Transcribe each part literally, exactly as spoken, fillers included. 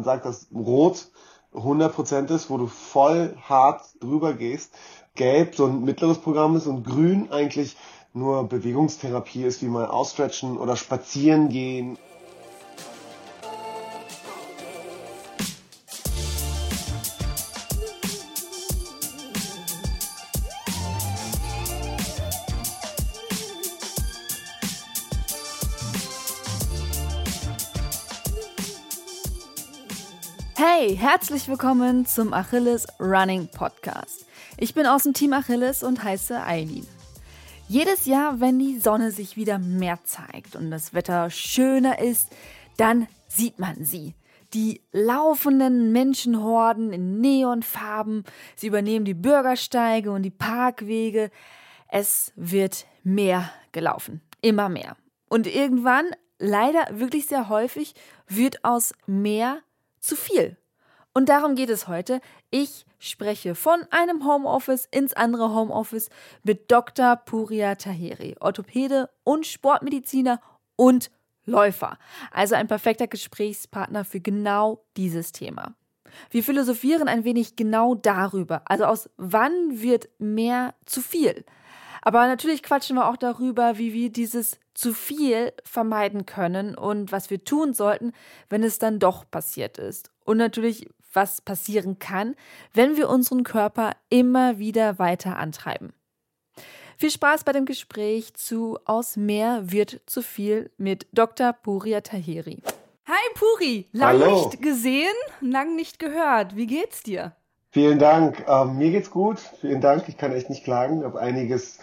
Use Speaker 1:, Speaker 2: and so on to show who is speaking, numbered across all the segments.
Speaker 1: man sagt, dass Rot hundert Prozent ist, wo du voll hart drüber gehst, Gelb so ein mittleres Programm ist und Grün eigentlich nur Bewegungstherapie ist, wie mal ausstretchen oder spazieren gehen.
Speaker 2: Hey, herzlich willkommen zum Achilles Running Podcast. Ich bin aus dem Team Achilles und heiße Eileen. Jedes Jahr, wenn die Sonne sich wieder mehr zeigt und das Wetter schöner ist, dann sieht man sie. Die laufenden Menschenhorden in Neonfarben, sie übernehmen die Bürgersteige und die Parkwege. Es wird mehr gelaufen, immer mehr. Und irgendwann, leider wirklich sehr häufig, wird aus mehr zu viel. Und darum geht es heute. Ich spreche von einem Homeoffice ins andere Homeoffice mit Doktor Pouria Taheri, Orthopäde und Sportmediziner und Läufer. Also ein perfekter Gesprächspartner für genau dieses Thema. Wir philosophieren ein wenig genau darüber, also aus wann wird mehr zu viel. Aber natürlich quatschen wir auch darüber, wie wir dieses zu viel vermeiden können und was wir tun sollten, wenn es dann doch passiert ist. Und natürlich, was passieren kann, wenn wir unseren Körper immer wieder weiter antreiben. Viel Spaß bei dem Gespräch zu Aus mehr wird zu viel mit Doktor Pouria Taheri. Hi Puri, lang
Speaker 1: Hallo.
Speaker 2: nicht gesehen, lang nicht gehört. Wie geht's dir?
Speaker 1: Vielen Dank. Ähm, mir geht's gut. Vielen Dank. Ich kann echt nicht klagen. Ich habe einiges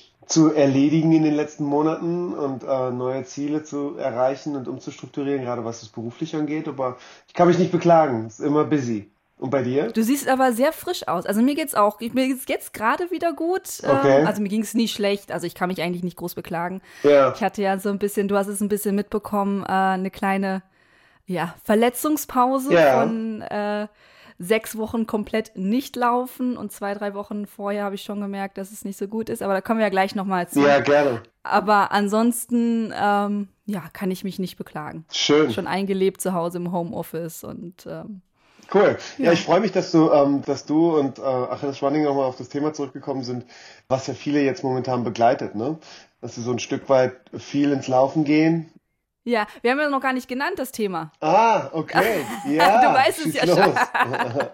Speaker 1: zu erledigen in den letzten Monaten und äh, neue Ziele zu erreichen und umzustrukturieren, gerade was das beruflich angeht. Aber ich kann mich nicht beklagen. Es ist immer busy. Und bei dir?
Speaker 2: Du siehst aber sehr frisch aus. Also mir geht's auch, mir geht's jetzt gerade wieder gut.
Speaker 1: Okay.
Speaker 2: Ähm, also mir ging's nie schlecht. Also ich kann mich eigentlich nicht groß beklagen.
Speaker 1: Ja.
Speaker 2: Ich hatte ja so ein bisschen, du hast es ein bisschen mitbekommen, äh, eine kleine ja, Verletzungspause
Speaker 1: Ja.
Speaker 2: von äh, sechs Wochen komplett nicht laufen und zwei, drei Wochen vorher habe ich schon gemerkt, dass es nicht so gut ist. Aber da kommen wir ja gleich nochmal zu.
Speaker 1: Ja, gerne.
Speaker 2: Aber ansonsten, ähm, ja, kann ich mich nicht beklagen.
Speaker 1: Schön.
Speaker 2: Schon eingelebt zu Hause im Homeoffice und ähm,
Speaker 1: Cool. Ja,
Speaker 2: Ja.
Speaker 1: ich freue mich, dass du, ähm, dass du und äh, Achilles Running nochmal auf das Thema zurückgekommen sind, was ja viele jetzt momentan begleitet, ne? Dass sie so ein Stück weit viel ins Laufen gehen.
Speaker 2: ja, wir haben ja noch gar nicht genannt, das Thema.
Speaker 1: Ah, okay. Ja,
Speaker 2: Du weißt es
Speaker 1: schieß
Speaker 2: ja
Speaker 1: los.
Speaker 2: schon.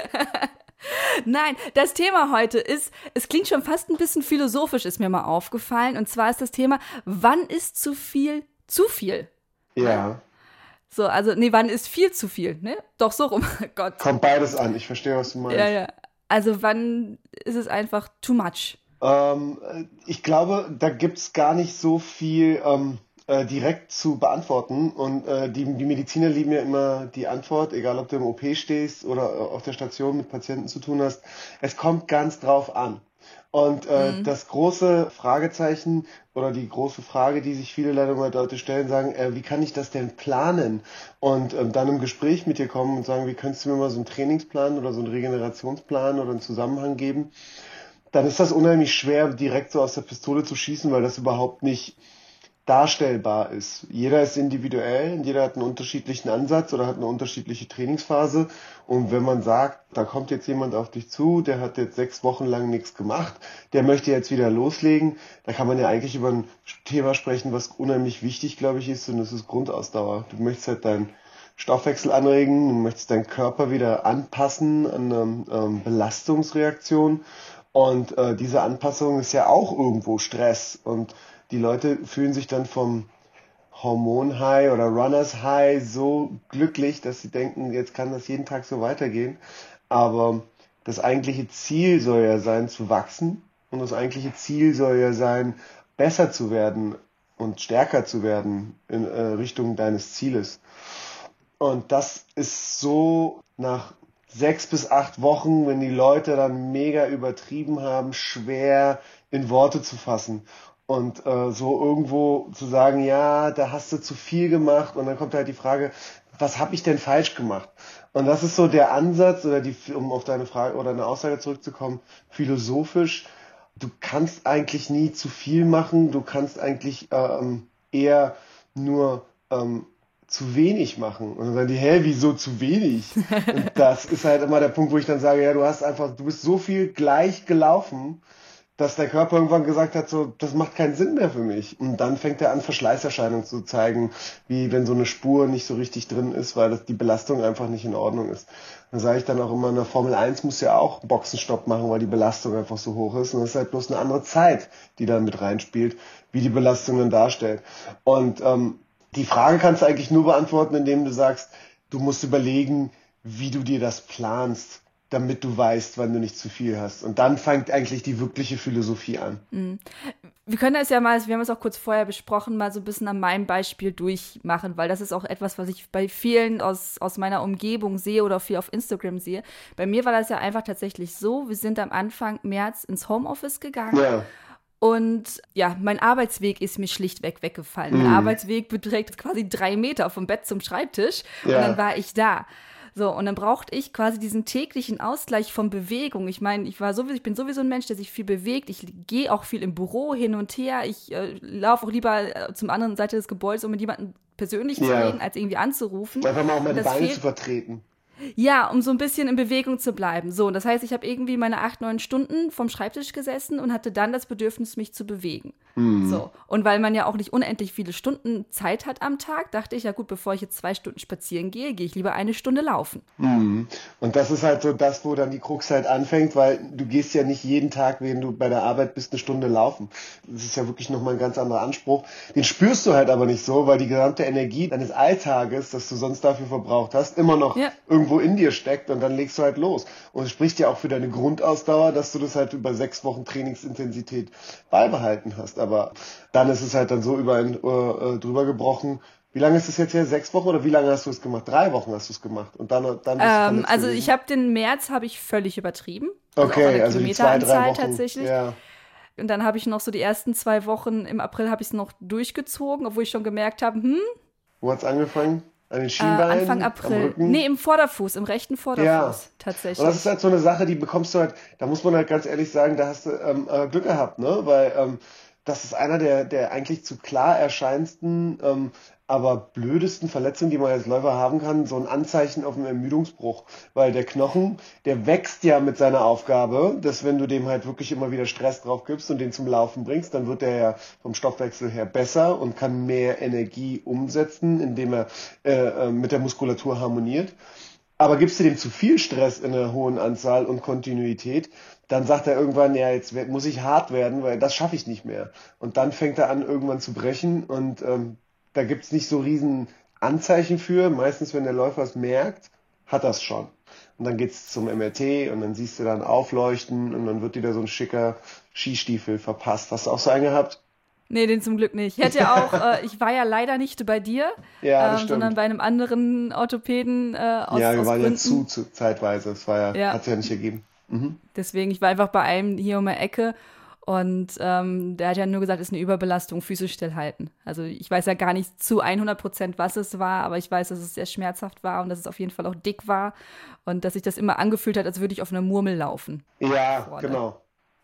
Speaker 2: Nein, das Thema heute ist, es klingt schon fast ein bisschen philosophisch, ist mir mal aufgefallen. Und zwar ist das Thema, wann ist zu viel zu viel?
Speaker 1: Ja,
Speaker 2: So, also, nee, wann ist viel zu viel, ne? Doch, so rum, Gott.
Speaker 1: kommt beides an. Ich verstehe, was du meinst.
Speaker 2: Ja, ja. Also, wann ist es einfach too much?
Speaker 1: Ähm, äh, ich glaube, da gibt's gar nicht so viel ähm, äh, direkt zu beantworten. Und äh, die, die Mediziner lieben ja immer die Antwort, egal ob du im O P stehst oder äh, auf der Station mit Patienten zu tun hast. Es kommt ganz drauf an. Und äh,
Speaker 2: Mhm.
Speaker 1: das große Fragezeichen oder die große Frage, die sich viele leider mal Leute stellen, sagen, äh, wie kann ich das denn planen? Und ähm, dann im Gespräch mit dir kommen und sagen, wie könntest du mir mal so einen Trainingsplan oder so einen Regenerationsplan oder einen Zusammenhang geben? Dann ist das unheimlich schwer, direkt so aus der Pistole zu schießen, weil das überhaupt nicht darstellbar ist. Jeder ist individuell, jeder hat einen unterschiedlichen Ansatz oder hat eine unterschiedliche Trainingsphase. Und wenn man sagt, da kommt jetzt jemand auf dich zu, der hat jetzt sechs Wochen lang nichts gemacht, der möchte jetzt wieder loslegen, da kann man ja eigentlich über ein Thema sprechen, was unheimlich wichtig, glaube ich, ist, und das ist Grundausdauer. Du möchtest halt deinen Stoffwechsel anregen, du möchtest deinen Körper wieder anpassen an eine ähm, Belastungsreaktion. Und äh, diese Anpassung ist ja auch irgendwo Stress. Und die Leute fühlen sich dann vom Hormon-High oder Runners-High so glücklich, dass sie denken, jetzt kann das jeden Tag so weitergehen. Aber das eigentliche Ziel soll ja sein, zu wachsen. Und das eigentliche Ziel soll ja sein, besser zu werden und stärker zu werden in äh, Richtung deines Zieles. Und das ist so nach sechs bis acht Wochen, wenn die Leute dann mega übertrieben haben, schwer in Worte zu fassen. Und äh, so irgendwo zu sagen, ja, da hast du zu viel gemacht. Und dann kommt halt die Frage, was habe ich denn falsch gemacht? Und das ist so der Ansatz, oder die, um auf deine Frage oder eine Aussage zurückzukommen, philosophisch. Du kannst eigentlich nie zu viel machen. Du kannst eigentlich ähm, eher nur ähm, zu wenig machen. Und dann sagen die, hä, wieso zu wenig? Und das ist halt immer der Punkt, wo ich dann sage, ja, du hast einfach, du bist so viel gleich gelaufen, dass der Körper irgendwann gesagt hat, so, das macht keinen Sinn mehr für mich. Und dann fängt er an, Verschleißerscheinungen zu zeigen, wie wenn so eine Spur nicht so richtig drin ist, weil das, die Belastung einfach nicht in Ordnung ist. Dann sage ich dann auch immer, in der Formel eins muss ja auch Boxenstopp machen, weil die Belastung einfach so hoch ist. Und das ist halt bloß eine andere Zeit, die da mit reinspielt, wie die Belastung dann darstellt. Und ähm, die Frage kannst du eigentlich nur beantworten, indem du sagst, du musst überlegen, wie du dir das planst, damit du weißt, wann du nicht zu viel hast. Und dann fängt eigentlich die wirkliche Philosophie an.
Speaker 2: Mhm. Wir können das ja mal, wir haben es auch kurz vorher besprochen, mal so ein bisschen an meinem Beispiel durchmachen, weil das ist auch etwas, was ich bei vielen aus, aus meiner Umgebung sehe oder viel auf Instagram sehe. Bei mir war das ja einfach tatsächlich so, wir sind am Anfang März ins Homeoffice gegangen.
Speaker 1: Ja.
Speaker 2: Und ja, mein Arbeitsweg ist mir schlichtweg weggefallen.
Speaker 1: Mhm.
Speaker 2: Mein Arbeitsweg beträgt quasi drei Meter vom Bett zum Schreibtisch.
Speaker 1: Ja.
Speaker 2: Und dann war ich da. So, und dann brauchte ich quasi diesen täglichen Ausgleich von Bewegung. Ich meine, ich war sowieso, ich bin sowieso ein Mensch, der sich viel bewegt. Ich gehe auch viel im Büro hin und her. Ich äh, laufe auch lieber äh, zum anderen Seite des Gebäudes, um mit jemandem persönlich zu
Speaker 1: Ja.
Speaker 2: reden, als irgendwie anzurufen.
Speaker 1: Einfach mal auch meine
Speaker 2: Und das
Speaker 1: Beine
Speaker 2: fehlt-
Speaker 1: zu vertreten.
Speaker 2: Ja, um so ein bisschen in Bewegung zu bleiben. So, und das heißt, ich habe irgendwie meine acht, neun Stunden vom Schreibtisch gesessen und hatte dann das Bedürfnis, mich zu bewegen.
Speaker 1: Mhm.
Speaker 2: So, und weil man ja auch nicht unendlich viele Stunden Zeit hat am Tag, dachte ich, ja gut, bevor ich jetzt zwei Stunden spazieren gehe, gehe ich lieber eine Stunde laufen.
Speaker 1: Mhm. Und das ist halt so das, wo dann die Krux halt anfängt, weil du gehst ja nicht jeden Tag, wenn du bei der Arbeit bist, eine Stunde laufen. Das ist ja wirklich nochmal ein ganz anderer Anspruch. Den spürst du halt aber nicht so, weil die gesamte Energie deines Alltages, das du sonst dafür verbraucht hast, immer noch
Speaker 2: Ja.
Speaker 1: irgendwo in dir steckt und dann legst du halt los. Und es spricht ja auch für deine Grundausdauer, dass du das halt über sechs Wochen Trainingsintensität beibehalten hast. Aber dann ist es halt dann so über ein, äh, drüber gebrochen. Wie lange ist es jetzt her? Sechs Wochen oder wie lange hast du es gemacht? Drei Wochen hast du es gemacht und dann, dann bist du
Speaker 2: Ähm,
Speaker 1: verletzt
Speaker 2: also
Speaker 1: gewesen?
Speaker 2: ich habe den März habe ich völlig übertrieben. Also auch an
Speaker 1: Okay,
Speaker 2: der
Speaker 1: also die zwei, drei
Speaker 2: Kilometeranzahl
Speaker 1: Wochen.
Speaker 2: tatsächlich.
Speaker 1: Ja.
Speaker 2: Und dann habe ich noch so die ersten zwei Wochen im April habe ich es noch durchgezogen, obwohl ich schon gemerkt habe, hm,
Speaker 1: Wo hat's angefangen? An den
Speaker 2: äh,
Speaker 1: Schienbeinen?
Speaker 2: Anfang
Speaker 1: Am
Speaker 2: April.
Speaker 1: Rücken?
Speaker 2: Nee, im Vorderfuß, im rechten Vorderfuß
Speaker 1: Ja.
Speaker 2: tatsächlich.
Speaker 1: Und das ist halt so eine Sache, die bekommst du halt, da muss man halt ganz ehrlich sagen, da hast du ähm, äh, Glück gehabt, ne? Weil ähm, das ist einer der, der eigentlich zu klar erscheinendsten, ähm, aber blödesten Verletzungen, die man als Läufer haben kann, so ein Anzeichen auf einen Ermüdungsbruch. Weil der Knochen, der wächst ja mit seiner Aufgabe, dass wenn du dem halt wirklich immer wieder Stress drauf gibst und den zum Laufen bringst, dann wird der ja vom Stoffwechsel her besser und kann mehr Energie umsetzen, indem er äh, äh, mit der Muskulatur harmoniert. Aber gibst du dem zu viel Stress in einer hohen Anzahl und Kontinuität, dann sagt er irgendwann, ja, jetzt werd- muss ich hart werden, weil das schaffe ich nicht mehr. Und dann fängt er an, irgendwann zu brechen und ähm, da gibt's nicht so riesen Anzeichen für. Meistens, wenn der Läufer es merkt, hat das schon. Und dann geht's zum M R T und dann siehst du dann aufleuchten und dann wird dir da so ein schicker Skistiefel verpasst. Hast du auch so einen gehabt?
Speaker 2: Nee, den zum Glück nicht. Ich hätte ja auch, äh, ich war ja leider nicht bei dir,
Speaker 1: Ja, das
Speaker 2: ähm,
Speaker 1: stimmt.
Speaker 2: sondern bei einem anderen Orthopäden äh, aus,
Speaker 1: Ja, wir
Speaker 2: aus
Speaker 1: waren ja
Speaker 2: Gründen.
Speaker 1: zu, zu zeitweise. Das war ja,
Speaker 2: Ja.
Speaker 1: hat's ja nicht ergeben. Mhm.
Speaker 2: Deswegen, ich war einfach bei einem hier um die Ecke und ähm, der hat ja nur gesagt, es ist eine Überbelastung, Füße stillhalten. Also ich weiß ja gar nicht zu hundert Prozent, was es war, aber ich weiß, dass es sehr schmerzhaft war und dass es auf jeden Fall auch dick war und dass sich das immer angefühlt hat, als würde ich auf einer Murmel laufen.
Speaker 1: Ja,
Speaker 2: Vorne.
Speaker 1: genau.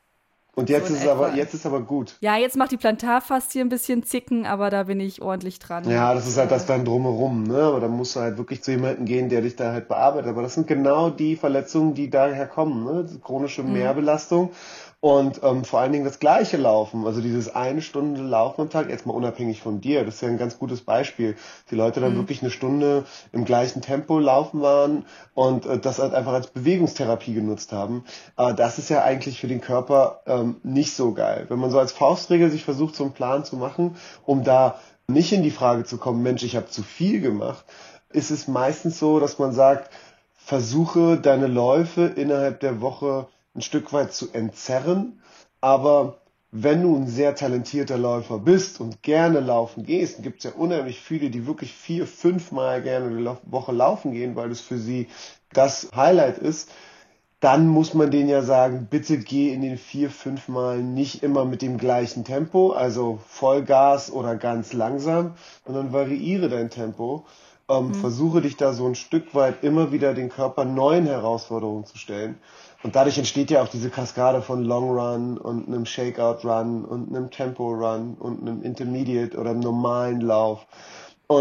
Speaker 1: Und jetzt
Speaker 2: So in
Speaker 1: ist es aber,
Speaker 2: etwa.
Speaker 1: jetzt ist aber gut.
Speaker 2: Ja, jetzt macht die Plantarfaszie ein bisschen zicken, aber da bin ich ordentlich dran.
Speaker 1: Ja, das ist halt das dann drumherum, ne? Aber da musst du halt wirklich zu jemandem gehen, der dich da halt bearbeitet. Aber das sind genau die Verletzungen, die daher kommen, ne? Die chronische Mehrbelastung und ähm, vor allen Dingen das gleiche Laufen. Also dieses eine Stunde Laufen am Tag, jetzt mal unabhängig von dir, das ist ja ein ganz gutes Beispiel. Die Leute dann wirklich eine Stunde im gleichen Tempo laufen waren und äh, das halt einfach als Bewegungstherapie genutzt haben. Aber das ist ja eigentlich für den Körper ähm, nicht so geil. Wenn man so als Faustregel sich versucht, so einen Plan zu machen, um da nicht in die Frage zu kommen, Mensch, ich habe zu viel gemacht, ist es meistens so, dass man sagt, versuche deine Läufe innerhalb der Woche ein Stück weit zu entzerren, aber wenn du ein sehr talentierter Läufer bist und gerne laufen gehst, gibt es ja unheimlich viele, die wirklich vier, fünf Mal gerne die Lau- Woche laufen gehen, weil es für sie das Highlight ist, dann muss man denen ja sagen, bitte geh in den vier, fünf Mal nicht immer mit dem gleichen Tempo, also Vollgas oder ganz langsam, sondern variiere dein Tempo. Ähm, Versuche dich da so ein Stück weit immer wieder den Körper neuen Herausforderungen zu stellen. Und dadurch entsteht ja auch diese Kaskade von Long Run und einem Shakeout Run und einem Tempo Run und einem Intermediate oder einem normalen Lauf. Und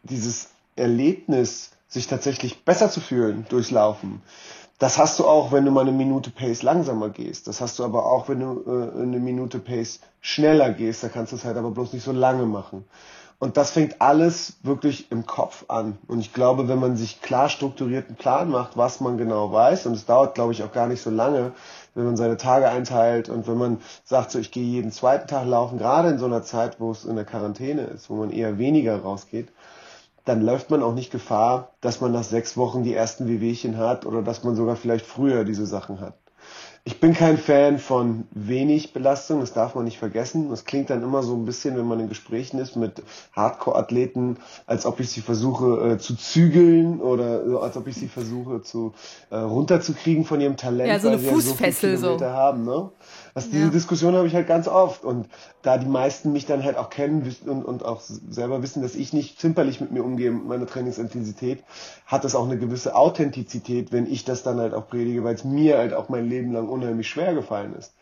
Speaker 1: dieses Erlebnis, sich tatsächlich besser zu fühlen durchs Laufen, das hast du auch, wenn du mal eine Minute Pace langsamer gehst. Das hast du aber auch, wenn du äh, eine Minute Pace schneller gehst. Da kannst du es halt aber bloß nicht so lange machen. Und das fängt alles wirklich im Kopf an. Und ich glaube, wenn man sich klar strukturierten Plan macht, was man genau weiß, und es dauert, glaube ich, auch gar nicht so lange, wenn man seine Tage einteilt und wenn man sagt, so ich gehe jeden zweiten Tag laufen, gerade in so einer Zeit, wo es in der Quarantäne ist, wo man eher weniger rausgeht, dann läuft man auch nicht Gefahr, dass man nach sechs Wochen die ersten Wehwehchen hat oder dass man sogar vielleicht früher diese Sachen hat. Ich bin kein Fan von wenig Belastung, das darf man nicht vergessen. Das klingt dann immer so ein bisschen, wenn man in Gesprächen ist mit Hardcore-Athleten, als ob ich sie versuche äh, zu zügeln oder äh, als ob ich sie versuche zu äh, runterzukriegen von ihrem Talent,
Speaker 2: ja, so eine
Speaker 1: weil sie ja so viele
Speaker 2: Fußfessel
Speaker 1: Kilometer
Speaker 2: so.
Speaker 1: haben. Ne? Also diese
Speaker 2: Ja.
Speaker 1: Diskussion habe ich halt ganz oft. Und da die meisten mich dann halt auch kennen wissen und, und auch selber wissen, dass ich nicht zimperlich mit mir umgehe, mit meiner Trainingsintensität, hat das auch eine gewisse Authentizität, wenn ich das dann halt auch predige, weil es mir halt auch mein Leben lang unheimlich schwer gefallen ist.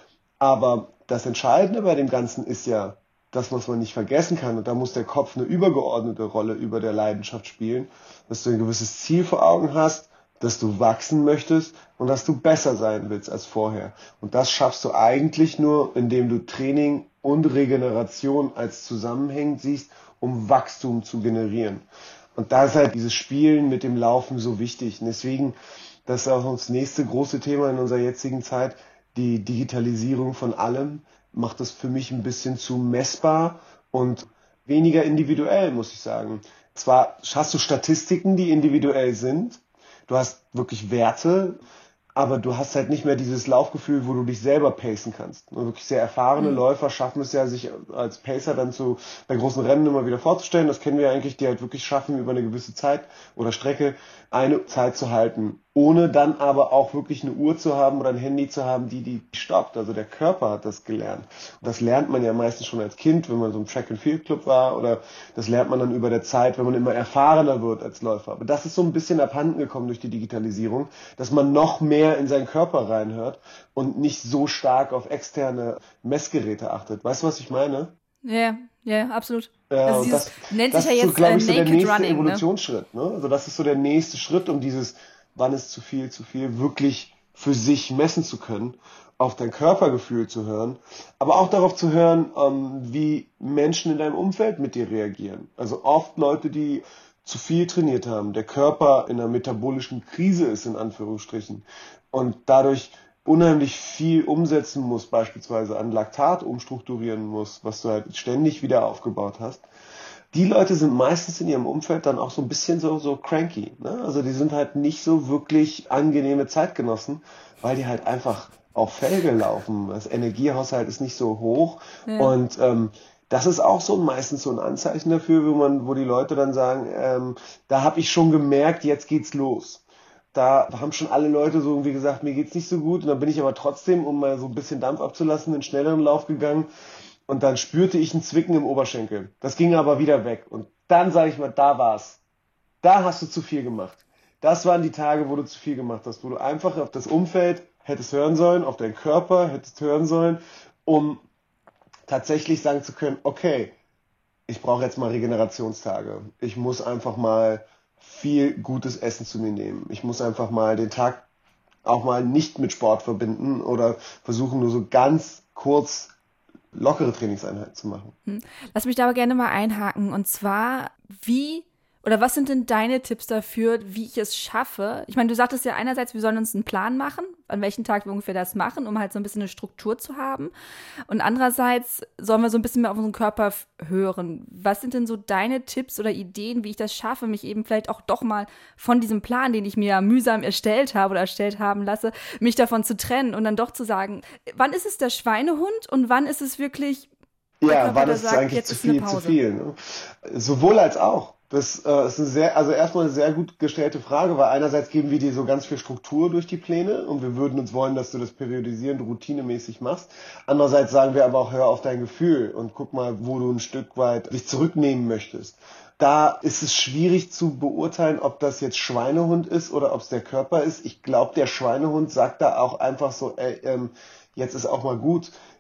Speaker 1: Aber das Entscheidende bei dem Ganzen ist ja, das, was man nicht vergessen kann, und da muss der Kopf eine übergeordnete Rolle über der Leidenschaft spielen, dass du ein gewisses Ziel vor Augen hast, dass du wachsen möchtest und dass du besser sein willst als vorher. Und das schaffst du eigentlich nur, indem du Training und Regeneration als zusammenhängend siehst, um Wachstum zu generieren. Und da ist halt dieses Spielen mit dem Laufen so wichtig. Und deswegen, das ist auch das nächste große Thema in unserer jetzigen Zeit, die Digitalisierung von allem macht das für mich ein bisschen zu messbar und weniger individuell, muss ich sagen. Zwar hast du Statistiken, die individuell sind, du hast wirklich Werte, aber du hast halt nicht mehr dieses Laufgefühl, wo du dich selber pacen kannst. Und wirklich sehr erfahrene
Speaker 2: Mhm.
Speaker 1: Läufer schaffen es ja, sich als Pacer dann zu bei großen Rennen immer wieder vorzustellen. Das kennen wir ja eigentlich, die halt wirklich schaffen, über eine gewisse Zeit oder Strecke eine Zeit zu halten, ohne dann aber auch wirklich eine Uhr zu haben oder ein Handy zu haben, die die stoppt. Also der Körper hat das gelernt. Und das lernt man ja meistens schon als Kind, wenn man so im Track-and-Field-Club war, oder das lernt man dann über der Zeit, wenn man immer erfahrener wird als Läufer. Aber das ist so ein bisschen abhanden gekommen durch die Digitalisierung, dass man noch mehr in seinen Körper reinhört und nicht so stark auf externe Messgeräte achtet. Weißt du, was ich meine?
Speaker 2: Ja, ja, absolut.
Speaker 1: Ja,
Speaker 2: Also
Speaker 1: und
Speaker 2: dieses
Speaker 1: das,
Speaker 2: nennt sich
Speaker 1: das
Speaker 2: ja
Speaker 1: ist so,
Speaker 2: jetzt
Speaker 1: glaube
Speaker 2: äh,
Speaker 1: ich, so der
Speaker 2: Naked
Speaker 1: nächste
Speaker 2: Running, ne?
Speaker 1: Evolutionsschritt. Ne? Also das ist so der nächste Schritt, um dieses, wann ist zu viel, zu viel, wirklich für sich messen zu können, auf dein Körpergefühl zu hören, aber auch darauf zu hören, ähm, wie Menschen in deinem Umfeld mit dir reagieren. Also oft Leute, die zu viel trainiert haben, der Körper in einer metabolischen Krise ist, in Anführungsstrichen, und dadurch unheimlich viel umsetzen muss, beispielsweise an Laktat umstrukturieren muss, was du halt ständig wieder aufgebaut hast. Die Leute sind meistens in ihrem Umfeld dann auch so ein bisschen so, so cranky, ne? Also die sind halt nicht so wirklich angenehme Zeitgenossen, weil die halt einfach auf Felge laufen. Das Energiehaushalt ist nicht so hoch
Speaker 2: Ja.
Speaker 1: und ähm, das ist auch so meistens so ein Anzeichen dafür, wo man, wo die Leute dann sagen, ähm, da habe ich schon gemerkt, jetzt geht's los. Da haben schon alle Leute so irgendwie gesagt, mir geht's nicht so gut. Und dann bin ich aber trotzdem, um mal so ein bisschen Dampf abzulassen, in einen schnelleren Lauf gegangen. Und dann spürte ich ein Zwicken im Oberschenkel. Das ging aber wieder weg. Und dann sage ich mal, da war's. Da hast du zu viel gemacht. Das waren die Tage, wo du zu viel gemacht hast, wo du einfach auf das Umfeld hättest hören sollen, auf deinen Körper hättest hören sollen, um tatsächlich sagen zu können, okay, ich brauche jetzt mal Regenerationstage. Ich muss einfach mal viel gutes Essen zu mir nehmen. Ich muss einfach mal den Tag auch mal nicht mit Sport verbinden oder versuchen nur so ganz kurz lockere Trainingseinheiten zu machen.
Speaker 2: Hm. Lass mich da aber gerne mal einhaken. Und zwar, wie oder was sind denn deine Tipps dafür, wie ich es schaffe? Ich meine, du sagtest ja einerseits, wir sollen uns einen Plan machen, an welchem Tag wir ungefähr das machen, um halt so ein bisschen eine Struktur zu haben. Und andererseits sollen wir so ein bisschen mehr auf unseren Körper f- hören. Was sind denn so deine Tipps oder Ideen, wie ich das schaffe, mich eben vielleicht auch doch mal von diesem Plan, den ich mir ja mühsam erstellt habe oder erstellt haben lasse, mich davon zu trennen und dann doch zu sagen, wann ist es der Schweinehund und wann ist es wirklich der
Speaker 1: Ja,
Speaker 2: Körper,
Speaker 1: wann
Speaker 2: der
Speaker 1: ist es
Speaker 2: sagt,
Speaker 1: eigentlich
Speaker 2: jetzt
Speaker 1: zu
Speaker 2: ist eine
Speaker 1: viel, zu
Speaker 2: Pause?
Speaker 1: viel? Ne? Sowohl als auch. Das äh, ist eine sehr, also erstmal eine sehr gut gestellte Frage, weil einerseits geben wir dir so ganz viel Struktur durch die Pläne und wir würden uns wollen, dass du das periodisierend, routinemäßig machst. Andererseits sagen wir aber auch, hör auf dein Gefühl und guck mal, wo du ein Stück weit dich zurücknehmen möchtest. Da ist es schwierig zu beurteilen, ob das jetzt Schweinehund ist oder ob es der Körper ist. Ich glaube, der Schweinehund sagt da auch einfach so, ey, ähm, jetzt ist auch mal gut.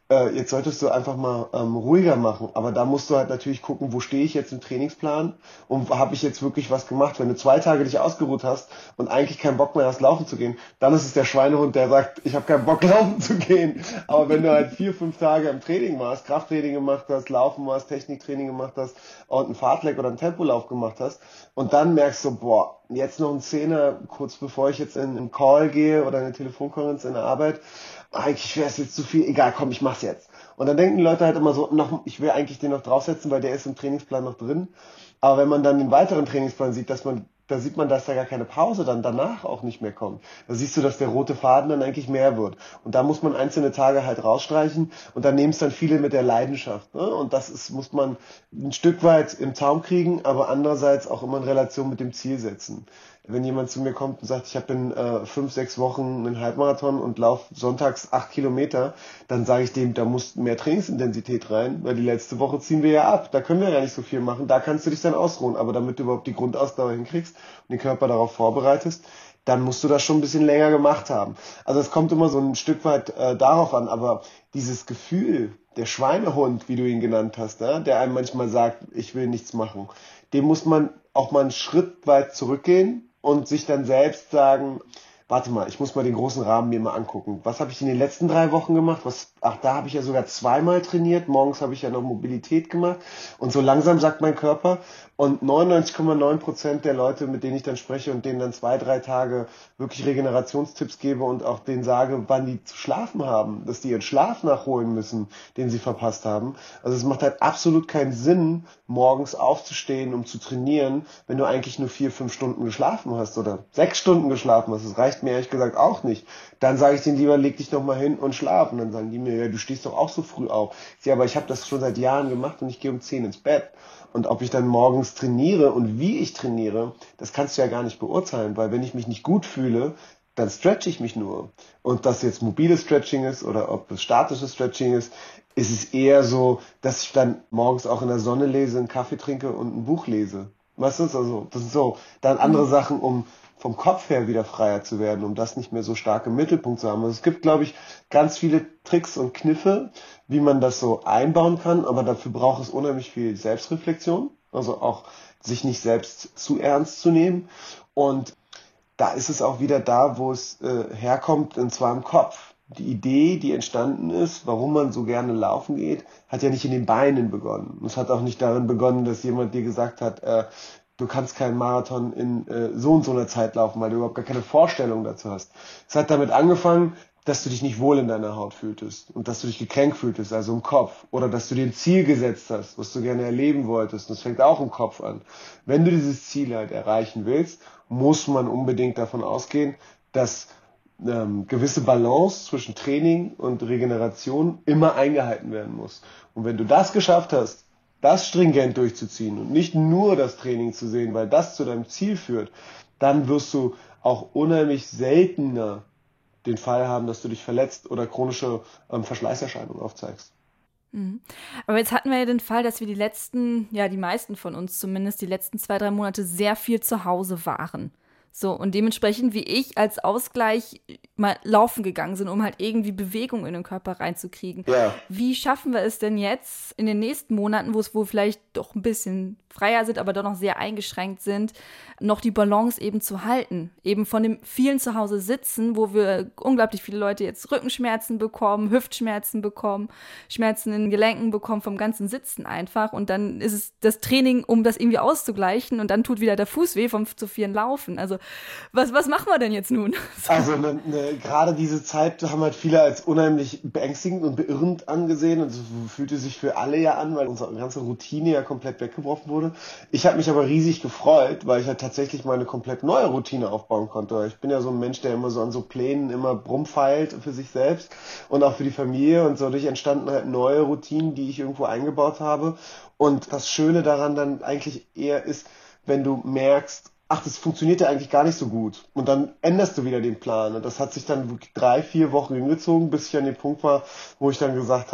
Speaker 1: äh, jetzt solltest du einfach mal ähm, ruhiger machen. Aber da musst du halt natürlich gucken, wo stehe ich jetzt im Trainingsplan und habe ich jetzt wirklich was gemacht. Wenn du zwei Tage dich ausgeruht hast und eigentlich keinen Bock mehr hast, laufen zu gehen, dann ist es der Schweinehund, der sagt, ich habe keinen Bock, laufen zu gehen. Aber wenn du halt vier, fünf Tage im Training warst, Krafttraining gemacht hast, Laufen warst, Techniktraining gemacht hast und einen Fahrtleck oder einen Tempolauf gemacht hast und dann merkst du, boah, jetzt noch ein Zehner, kurz bevor ich jetzt in einen Call gehe oder eine Telefonkonferenz in der Arbeit, eigentlich wäre es jetzt zu viel, egal, komm, ich mach's jetzt. Und dann denken die Leute halt immer so, noch, ich will eigentlich den noch draufsetzen, weil der ist im Trainingsplan noch drin. Aber wenn man dann den weiteren Trainingsplan sieht, dass man, da sieht man, dass da gar keine Pause dann danach auch nicht mehr kommt. Da siehst du, dass der rote Faden dann eigentlich mehr wird. Und da muss man einzelne Tage halt rausstreichen und dann nehmen es dann viele mit der Leidenschaft. Ne? Und das ist, muss man ein Stück weit im Zaum kriegen, aber andererseits auch immer in Relation mit dem Ziel setzen. Wenn jemand zu mir kommt und sagt, ich habe in äh, fünf, sechs Wochen einen Halbmarathon und laufe sonntags acht Kilometer, dann sage ich dem, da muss mehr Trainingsintensität rein, weil die letzte Woche ziehen wir ja ab. Da können wir ja nicht so viel machen. Da kannst du dich dann ausruhen. Aber damit du überhaupt die Grundausdauer hinkriegst und den Körper darauf vorbereitest, dann musst du das schon ein bisschen länger gemacht haben. Also es kommt immer so ein Stück weit äh, darauf an. Aber dieses Gefühl, der Schweinehund, wie du ihn genannt hast, ja, der einem manchmal sagt, ich will nichts machen, dem muss man auch mal einen Schritt weit zurückgehen und sich dann selbst sagen, warte mal, ich muss mal den großen Rahmen mir mal angucken. Was habe ich in den letzten drei Wochen gemacht? Was, ach, da habe ich ja sogar zweimal trainiert. Morgens habe ich ja noch Mobilität gemacht. Und so langsam sagt mein Körper, und neunundneunzig Komma neun Prozent der Leute, mit denen ich dann spreche und denen dann zwei, drei Tage wirklich Regenerationstipps gebe und auch denen sage, wann die zu schlafen haben, dass die ihren Schlaf nachholen müssen, den sie verpasst haben. Also es macht halt absolut keinen Sinn, morgens aufzustehen, um zu trainieren, wenn du eigentlich nur vier, fünf Stunden geschlafen hast oder sechs Stunden geschlafen hast. Das reicht mir ehrlich gesagt auch nicht. Dann sage ich denen lieber, leg dich doch mal hin und schlaf. Und dann sagen die mir, ja, du stehst doch auch so früh auf. Ich sage, aber ich habe das schon seit Jahren gemacht und ich gehe um zehn ins Bett. Und ob ich dann morgens trainiere und wie ich trainiere, das kannst du ja gar nicht beurteilen, weil wenn ich mich nicht gut fühle, dann stretche ich mich nur. Und dass jetzt mobiles Stretching ist oder ob es statisches Stretching ist, ist es eher so, dass ich dann morgens auch in der Sonne lese, einen Kaffee trinke und ein Buch lese. Weißt du, also das sind so dann andere Sachen, um vom Kopf her wieder freier zu werden, um das nicht mehr so stark im Mittelpunkt zu haben. Also es gibt, glaube ich, ganz viele Tricks und Kniffe, wie man das so einbauen kann, aber dafür braucht es unheimlich viel Selbstreflexion, also auch sich nicht selbst zu ernst zu nehmen. Und da ist es auch wieder da, wo es äh, herkommt, und zwar im Kopf. Die Idee, die entstanden ist, warum man so gerne laufen geht, hat ja nicht in den Beinen begonnen. Es hat auch nicht darin begonnen, dass jemand dir gesagt hat, äh, du kannst keinen Marathon in äh, so und so einer Zeit laufen, weil du überhaupt gar keine Vorstellung dazu hast. Es hat damit angefangen, dass du dich nicht wohl in deiner Haut fühltest und dass du dich gekränkt fühltest, also im Kopf. Oder dass du dir ein Ziel gesetzt hast, was du gerne erleben wolltest. Und das fängt auch im Kopf an. Wenn du dieses Ziel halt erreichen willst, muss man unbedingt davon ausgehen, dass ähm, gewisse Balance zwischen Training und Regeneration immer eingehalten werden muss. Und wenn du das geschafft hast, das stringent durchzuziehen und nicht nur das Training zu sehen, weil das zu deinem Ziel führt, dann wirst du auch unheimlich seltener den Fall haben, dass du dich verletzt oder chronische ähm, Verschleißerscheinungen aufzeigst.
Speaker 2: Mhm. Aber jetzt hatten wir ja den Fall, dass wir die letzten, ja die meisten von uns zumindest, die letzten zwei, drei Monate sehr viel zu Hause waren. So, und dementsprechend, wie ich als Ausgleich mal laufen gegangen sind, um halt irgendwie Bewegung in den Körper reinzukriegen.
Speaker 1: Ja.
Speaker 2: Wie schaffen wir es denn jetzt in den nächsten Monaten, wo es wohl vielleicht doch ein bisschen freier sind, aber doch noch sehr eingeschränkt sind, noch die Balance eben zu halten? Eben von dem vielen zu Hause sitzen, wo wir unglaublich viele Leute jetzt Rückenschmerzen bekommen, Hüftschmerzen bekommen, Schmerzen in den Gelenken bekommen vom ganzen Sitzen einfach. Und dann ist es das Training, um das irgendwie auszugleichen, und dann tut wieder der Fuß weh vom zu vielen Laufen. Also was, was machen wir denn jetzt nun?
Speaker 1: Also ne, ne, gerade diese Zeit haben halt viele als unheimlich beängstigend und beirrend angesehen, und so fühlte sich für alle ja an, weil unsere ganze Routine ja komplett weggebrochen wurde. Ich habe mich aber riesig gefreut, weil ich halt tatsächlich mal eine komplett neue Routine aufbauen konnte. Ich bin ja so ein Mensch, der immer so an so Plänen immer rumfeilt für sich selbst und auch für die Familie, und dadurch entstanden halt neue Routinen, die ich irgendwo eingebaut habe. Und das Schöne daran dann eigentlich eher ist, wenn du merkst, ach, das funktioniert ja eigentlich gar nicht so gut. Und dann änderst du wieder den Plan. Und das hat sich dann wirklich drei, vier Wochen hingezogen, bis ich an dem Punkt war, wo ich dann gesagt habe,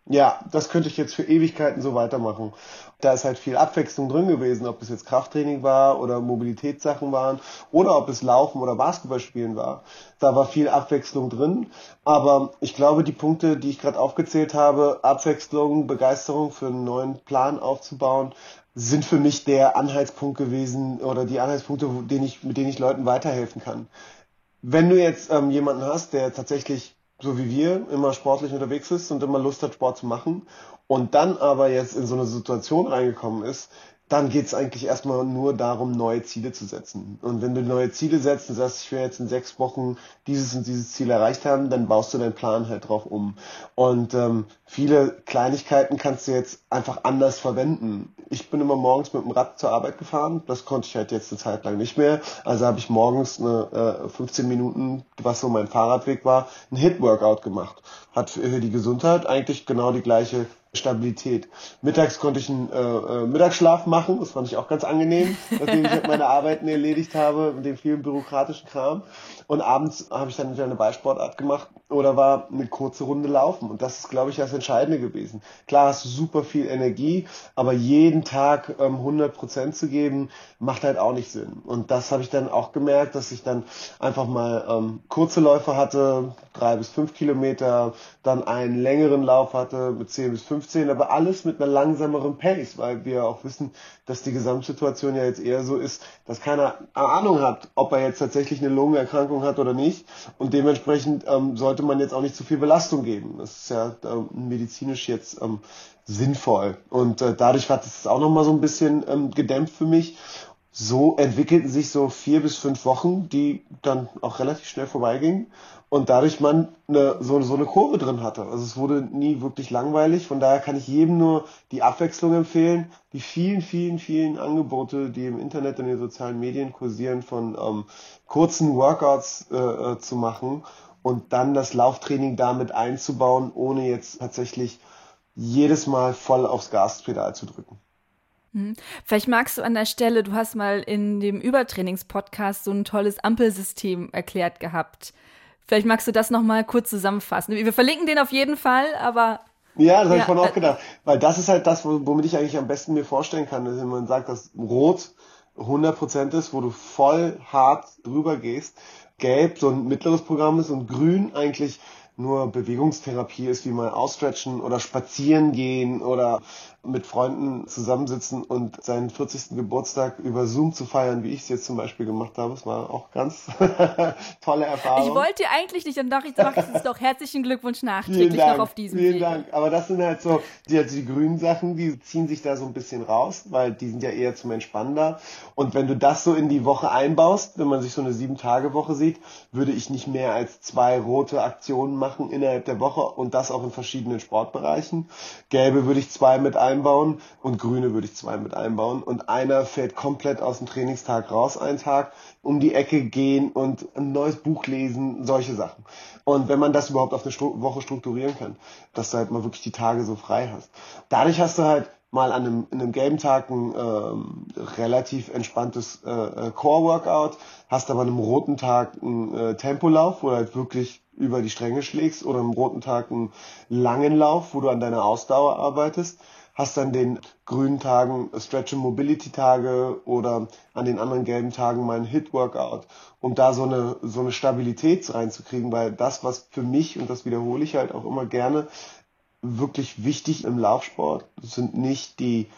Speaker 1: Ja, das könnte ich jetzt für Ewigkeiten so weitermachen. Da ist halt viel Abwechslung drin gewesen, ob es jetzt Krafttraining war oder Mobilitätssachen waren oder ob es Laufen oder Basketballspielen war. Da war viel Abwechslung drin. Aber ich glaube, die Punkte, die ich gerade aufgezählt habe, Abwechslung, Begeisterung für einen neuen Plan aufzubauen, sind für mich der Anhaltspunkt gewesen oder die Anhaltspunkte, wo- denen ich, mit denen ich Leuten weiterhelfen kann. Wenn du jetzt ähm, jemanden hast, der tatsächlich, so wie wir, immer sportlich unterwegs ist und immer Lust hat, Sport zu machen und dann aber jetzt in so eine Situation reingekommen ist, dann geht es eigentlich erstmal nur darum, neue Ziele zu setzen. Und wenn du neue Ziele setzt und sagst, ich will jetzt in sechs Wochen dieses und dieses Ziel erreicht haben, dann baust du deinen Plan halt drauf um. Und ähm, viele Kleinigkeiten kannst du jetzt einfach anders verwenden. Ich bin immer morgens mit dem Rad zur Arbeit gefahren. Das konnte ich halt jetzt eine Zeit lang nicht mehr. Also habe ich morgens eine äh, fünfzehn Minuten, was so mein Fahrradweg war, ein Hit-Workout gemacht. Hat für die Gesundheit eigentlich genau die gleiche Stabilität. Mittags konnte ich einen äh, äh, Mittagsschlaf machen, das fand ich auch ganz angenehm, nachdem ich halt meine Arbeiten erledigt habe mit dem vielen bürokratischen Kram. Und abends habe ich dann wieder eine Ballsportart gemacht oder war eine kurze Runde laufen. Und das ist, glaube ich, das Entscheidende gewesen. Klar hast du super viel Energie, aber jeden Tag ähm, hundert Prozent zu geben, macht halt auch nicht Sinn. Und das habe ich dann auch gemerkt, dass ich dann einfach mal ähm, kurze Läufe hatte, drei bis fünf Kilometer, dann einen längeren Lauf hatte mit zehn bis fünfzehn, aber alles mit einer langsameren Pace, weil wir auch wissen, dass die Gesamtsituation ja jetzt eher so ist, dass keiner Ahnung hat, ob er jetzt tatsächlich eine Lungenerkrankung hat oder nicht. Und dementsprechend ähm, sollte man jetzt auch nicht zu viel Belastung geben. Das ist ja ähm, medizinisch jetzt ähm, sinnvoll. Und äh, dadurch hat es auch nochmal so ein bisschen ähm, gedämpft für mich. So entwickelten sich so vier bis fünf Wochen, die dann auch relativ schnell vorbeigingen und dadurch man eine, so, so eine Kurve drin hatte. Also es wurde nie wirklich langweilig. Von daher kann ich jedem nur die Abwechslung empfehlen, die vielen, vielen, vielen Angebote, die im Internet und in den sozialen Medien kursieren, von ähm, kurzen Workouts äh, äh, zu machen und dann das Lauftraining damit einzubauen, ohne jetzt tatsächlich jedes Mal voll aufs Gaspedal zu drücken.
Speaker 2: Hm. Vielleicht magst du an der Stelle, du hast mal in dem Übertrainings-Podcast so ein tolles Ampelsystem erklärt gehabt. Vielleicht magst du das nochmal kurz zusammenfassen. Wir verlinken den auf jeden Fall, aber
Speaker 1: Ja, das habe ich
Speaker 2: ja,
Speaker 1: vorhin
Speaker 2: äh,
Speaker 1: auch gedacht. Weil das ist halt das, wo- womit ich eigentlich am besten mir vorstellen kann, dass wenn man sagt, dass Rot hundert Prozent ist, wo du voll hart drüber gehst, Gelb so ein mittleres Programm ist und Grün eigentlich nur Bewegungstherapie ist, wie mal ausstretchen oder spazieren gehen oder mit Freunden zusammensitzen und seinen vierzigsten Geburtstag über Zoom zu feiern, wie ich es jetzt zum Beispiel gemacht habe. Es war auch ganz tolle
Speaker 2: ich
Speaker 1: Erfahrung.
Speaker 2: wollte dir eigentlich nicht, dann dachte ich, mache ich es doch. Herzlichen Glückwunsch
Speaker 1: Vielen
Speaker 2: nachträglich noch
Speaker 1: Dank,
Speaker 2: auf diesem
Speaker 1: vielen
Speaker 2: Wege.
Speaker 1: Dank. Aber das sind halt so, die, also die grünen Sachen, die ziehen sich da so ein bisschen raus, weil die sind ja eher zum Entspannen da. Und wenn du das so in die Woche einbaust, wenn man sich so eine Sieben-Tage-Woche sieht, würde ich nicht mehr als zwei rote Aktionen machen innerhalb der Woche und das auch in verschiedenen Sportbereichen. Gelbe würde ich zwei mit einbauen und grüne würde ich zwei mit einbauen. Und einer fällt komplett aus dem Trainingstag raus, einen Tag, um die Ecke gehen und ein neues Buch lesen, solche Sachen. Und wenn man das überhaupt auf eine Stru- Woche strukturieren kann, dass du halt mal wirklich die Tage so frei hast. Dadurch hast du halt mal an einem, an einem gelben Tag ein ähm, relativ entspanntes äh, äh, Core-Workout, hast aber an einem roten Tag einen äh, Tempolauf, wo du halt wirklich über die Stränge schlägst oder am roten Tag einen langen Lauf, wo du an deiner Ausdauer arbeitest, hast an den grünen Tagen Stretch and Mobility Tage oder an den anderen gelben Tagen mal ein Hit Workout, um da so eine so eine Stabilität reinzukriegen, weil das, was für mich, und das wiederhole ich halt auch immer gerne, wirklich wichtig im Laufsport sind nicht die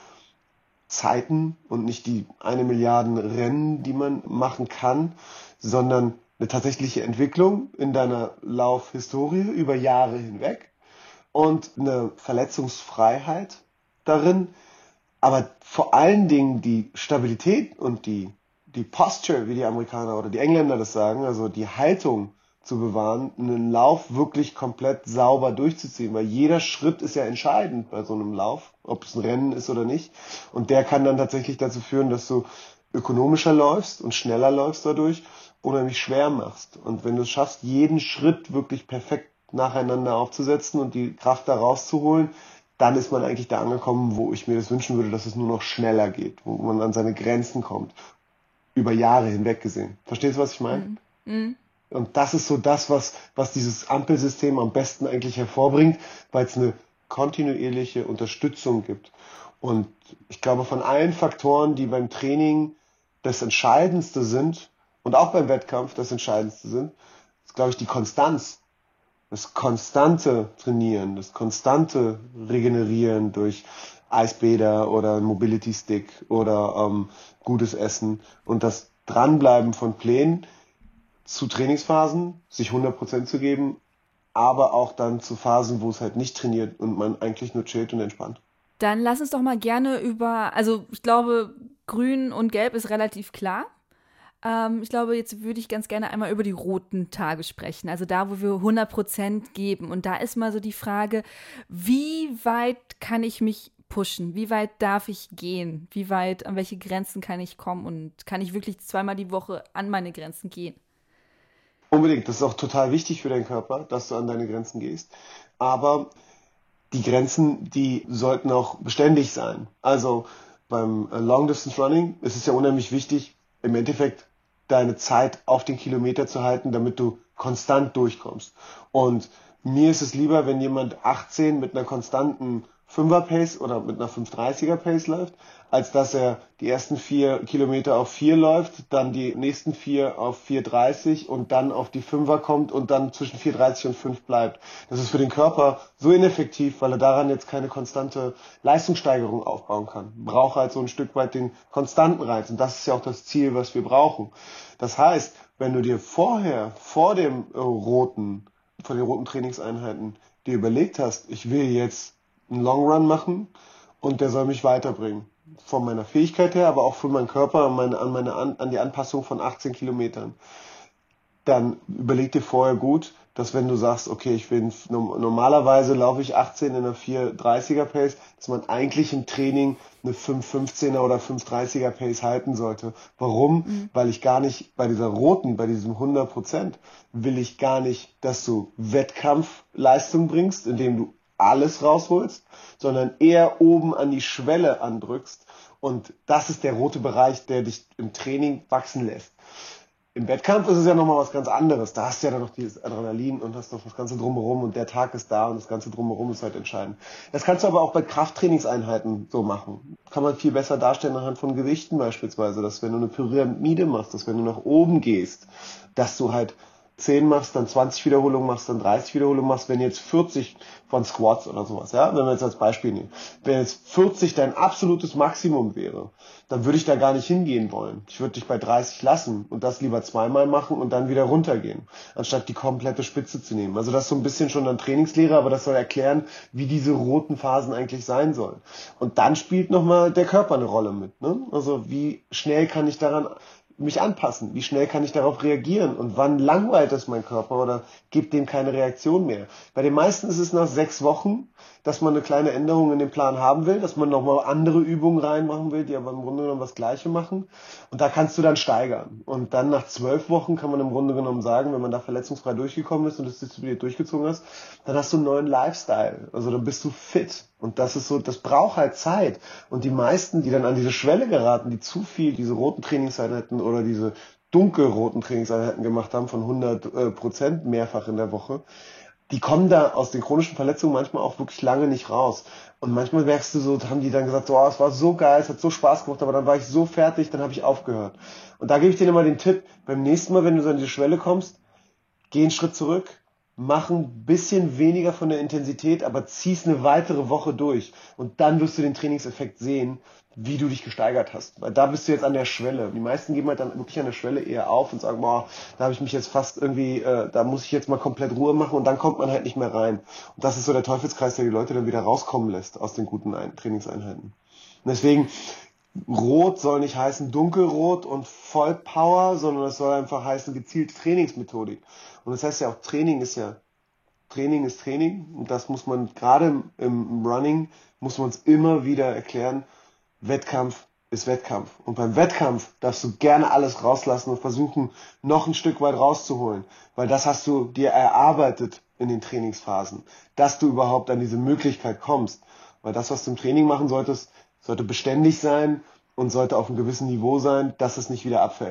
Speaker 1: Zeiten und nicht die eine Milliarden Rennen, die man machen kann, sondern eine tatsächliche Entwicklung in deiner Laufhistorie über Jahre hinweg und eine Verletzungsfreiheit darin, aber vor allen Dingen die Stabilität und die, die Posture, wie die Amerikaner oder die Engländer das sagen, also die Haltung zu bewahren, einen Lauf wirklich komplett sauber durchzuziehen, weil jeder Schritt ist ja entscheidend bei so einem Lauf, ob es ein Rennen ist oder nicht. Und der kann dann tatsächlich dazu führen, dass du ökonomischer läufst und schneller läufst dadurch oder nicht schwer machst. Und wenn du es schaffst, jeden Schritt wirklich perfekt nacheinander aufzusetzen und die Kraft da rauszuholen, dann ist man eigentlich da angekommen, wo ich mir das wünschen würde, dass es nur noch schneller geht, wo man an seine Grenzen kommt, über Jahre hinweg gesehen. Verstehst du, was ich meine?
Speaker 2: mm, mm.
Speaker 1: Und das ist so das, was, was dieses Ampelsystem am besten eigentlich hervorbringt, weil es eine kontinuierliche Unterstützung gibt. Und ich glaube, von allen Faktoren, die beim Training das Entscheidendste sind und auch beim Wettkampf das Entscheidendste sind, ist, glaube ich, die Konstanz. Das konstante Trainieren, das konstante Regenerieren durch Eisbäder oder Mobility Stick oder ähm, gutes Essen und das Dranbleiben von Plänen zu Trainingsphasen, sich hundert Prozent zu geben, aber auch dann zu Phasen, wo es halt nicht trainiert und man eigentlich nur chillt und entspannt.
Speaker 2: Dann lass uns doch mal gerne über, also ich glaube, grün und gelb ist relativ klar. Ähm, ich glaube, jetzt würde ich ganz gerne einmal über die roten Tage sprechen, also da, wo wir hundert Prozent geben. Und da ist mal so die Frage, wie weit kann ich mich pushen? Wie weit darf ich gehen? Wie weit, an welche Grenzen kann ich kommen? Und kann ich wirklich zweimal die Woche an meine Grenzen gehen?
Speaker 1: Unbedingt, das ist auch total wichtig für deinen Körper, dass du an deine Grenzen gehst. Aber die Grenzen, die sollten auch beständig sein. Also beim Long Distance Running ist es ja unheimlich wichtig, im Endeffekt deine Zeit auf den Kilometer zu halten, damit du konstant durchkommst. Und mir ist es lieber, wenn jemand achtzehn mit einer konstanten Fünfer-Pace oder mit einer fünf dreißiger-Pace läuft, als dass er die ersten vier Kilometer auf vier läuft, dann die nächsten vier auf vier dreißig und dann auf die Fünfer kommt und dann zwischen vier dreißig und fünf bleibt. Das ist für den Körper so ineffektiv, weil er daran jetzt keine konstante Leistungssteigerung aufbauen kann. Braucht halt so ein Stück weit den konstanten Reiz und das ist ja auch das Ziel, was wir brauchen. Das heißt, wenn du dir vorher, vor dem äh, roten, vor den roten Trainingseinheiten dir überlegt hast, ich will jetzt einen Long Run machen und der soll mich weiterbringen. Von meiner Fähigkeit her, aber auch für meinen Körper an, meine, an, meine, an die Anpassung von achtzehn Kilometern. Dann überleg dir vorher gut, dass wenn du sagst, okay, ich will, normalerweise laufe ich achtzehn in einer vier dreißiger Pace, dass man eigentlich im Training eine fünf fünfzehner oder fünf dreißiger Pace halten sollte. Warum? Mhm. Weil ich gar nicht bei dieser roten, bei diesem hundert Prozent, will ich gar nicht, dass du Wettkampfleistung bringst, indem du alles rausholst, sondern eher oben an die Schwelle andrückst. Und das ist der rote Bereich, der dich im Training wachsen lässt. Im Wettkampf ist es ja nochmal was ganz anderes. Da hast du ja dann noch dieses Adrenalin und hast noch das Ganze drumherum und der Tag ist da und das Ganze drumherum ist halt entscheidend. Das kannst du aber auch bei Krafttrainingseinheiten so machen. Kann man viel besser darstellen anhand von Gewichten beispielsweise, dass wenn du eine Pyramide machst, dass wenn du nach oben gehst, dass du halt zehn machst, dann zwanzig Wiederholungen machst, dann dreißig Wiederholungen machst, wenn jetzt vierzig von Squats oder sowas, ja, wenn wir jetzt als Beispiel nehmen, wenn jetzt vierzig dein absolutes Maximum wäre, dann würde ich da gar nicht hingehen wollen. Ich würde dich bei dreißig lassen und das lieber zweimal machen und dann wieder runtergehen, anstatt die komplette Spitze zu nehmen. Also das ist so ein bisschen schon dann Trainingslehre, aber das soll erklären, wie diese roten Phasen eigentlich sein sollen. Und dann spielt nochmal der Körper eine Rolle mit, ne? Also wie schnell kann ich daran mich anpassen? Wie schnell kann ich darauf reagieren? Und wann langweilt es mein Körper oder gibt dem keine Reaktion mehr? Bei den meisten ist es nach sechs Wochen, dass man eine kleine Änderung in den Plan haben will, dass man nochmal andere Übungen reinmachen will, die aber im Grunde genommen das Gleiche machen. Und da kannst du dann steigern. Und dann nach zwölf Wochen kann man im Grunde genommen sagen, wenn man da verletzungsfrei durchgekommen ist und das diszipliniert durchgezogen hast, dann hast du einen neuen Lifestyle. Also dann bist du fit. Und das ist so, das braucht halt Zeit. Und die meisten, die dann an diese Schwelle geraten, die zu viel diese roten Trainingseinheiten oder diese dunkelroten Trainingseinheiten gemacht haben von hundert Prozent mehrfach in der Woche, die kommen da aus den chronischen Verletzungen manchmal auch wirklich lange nicht raus. Und manchmal merkst du so, haben die dann gesagt, oh, es war so geil, es hat so Spaß gemacht, aber dann war ich so fertig, dann habe ich aufgehört. Und da gebe ich dir immer den Tipp, beim nächsten Mal, wenn du so an diese Schwelle kommst, geh einen Schritt zurück, mach ein bisschen weniger von der Intensität, aber zieh's eine weitere Woche durch. Und dann wirst du den Trainingseffekt sehen, wie du dich gesteigert hast. Weil da bist du jetzt an der Schwelle. Die meisten geben halt dann wirklich an der Schwelle eher auf und sagen, boah, da habe ich mich jetzt fast irgendwie, äh, da muss ich jetzt mal komplett Ruhe machen und dann kommt man halt nicht mehr rein. Und das ist so der Teufelskreis, der die Leute dann wieder rauskommen lässt aus den guten Ein- Trainingseinheiten. Und deswegen, Rot soll nicht heißen dunkelrot und Vollpower, sondern es soll einfach heißen gezielte Trainingsmethodik. Und das heißt ja auch, Training ist ja, Training ist Training. Und das muss man, gerade im, im Running, muss man uns immer wieder erklären, Wettkampf ist Wettkampf. Und beim Wettkampf darfst du gerne alles rauslassen und versuchen, noch ein Stück weit rauszuholen. Weil das hast du dir erarbeitet in den Trainingsphasen, dass du überhaupt an diese Möglichkeit kommst. Weil das, was du im Training machen solltest, sollte beständig sein und sollte auf einem gewissen Niveau sein, dass es nicht wieder abfällt.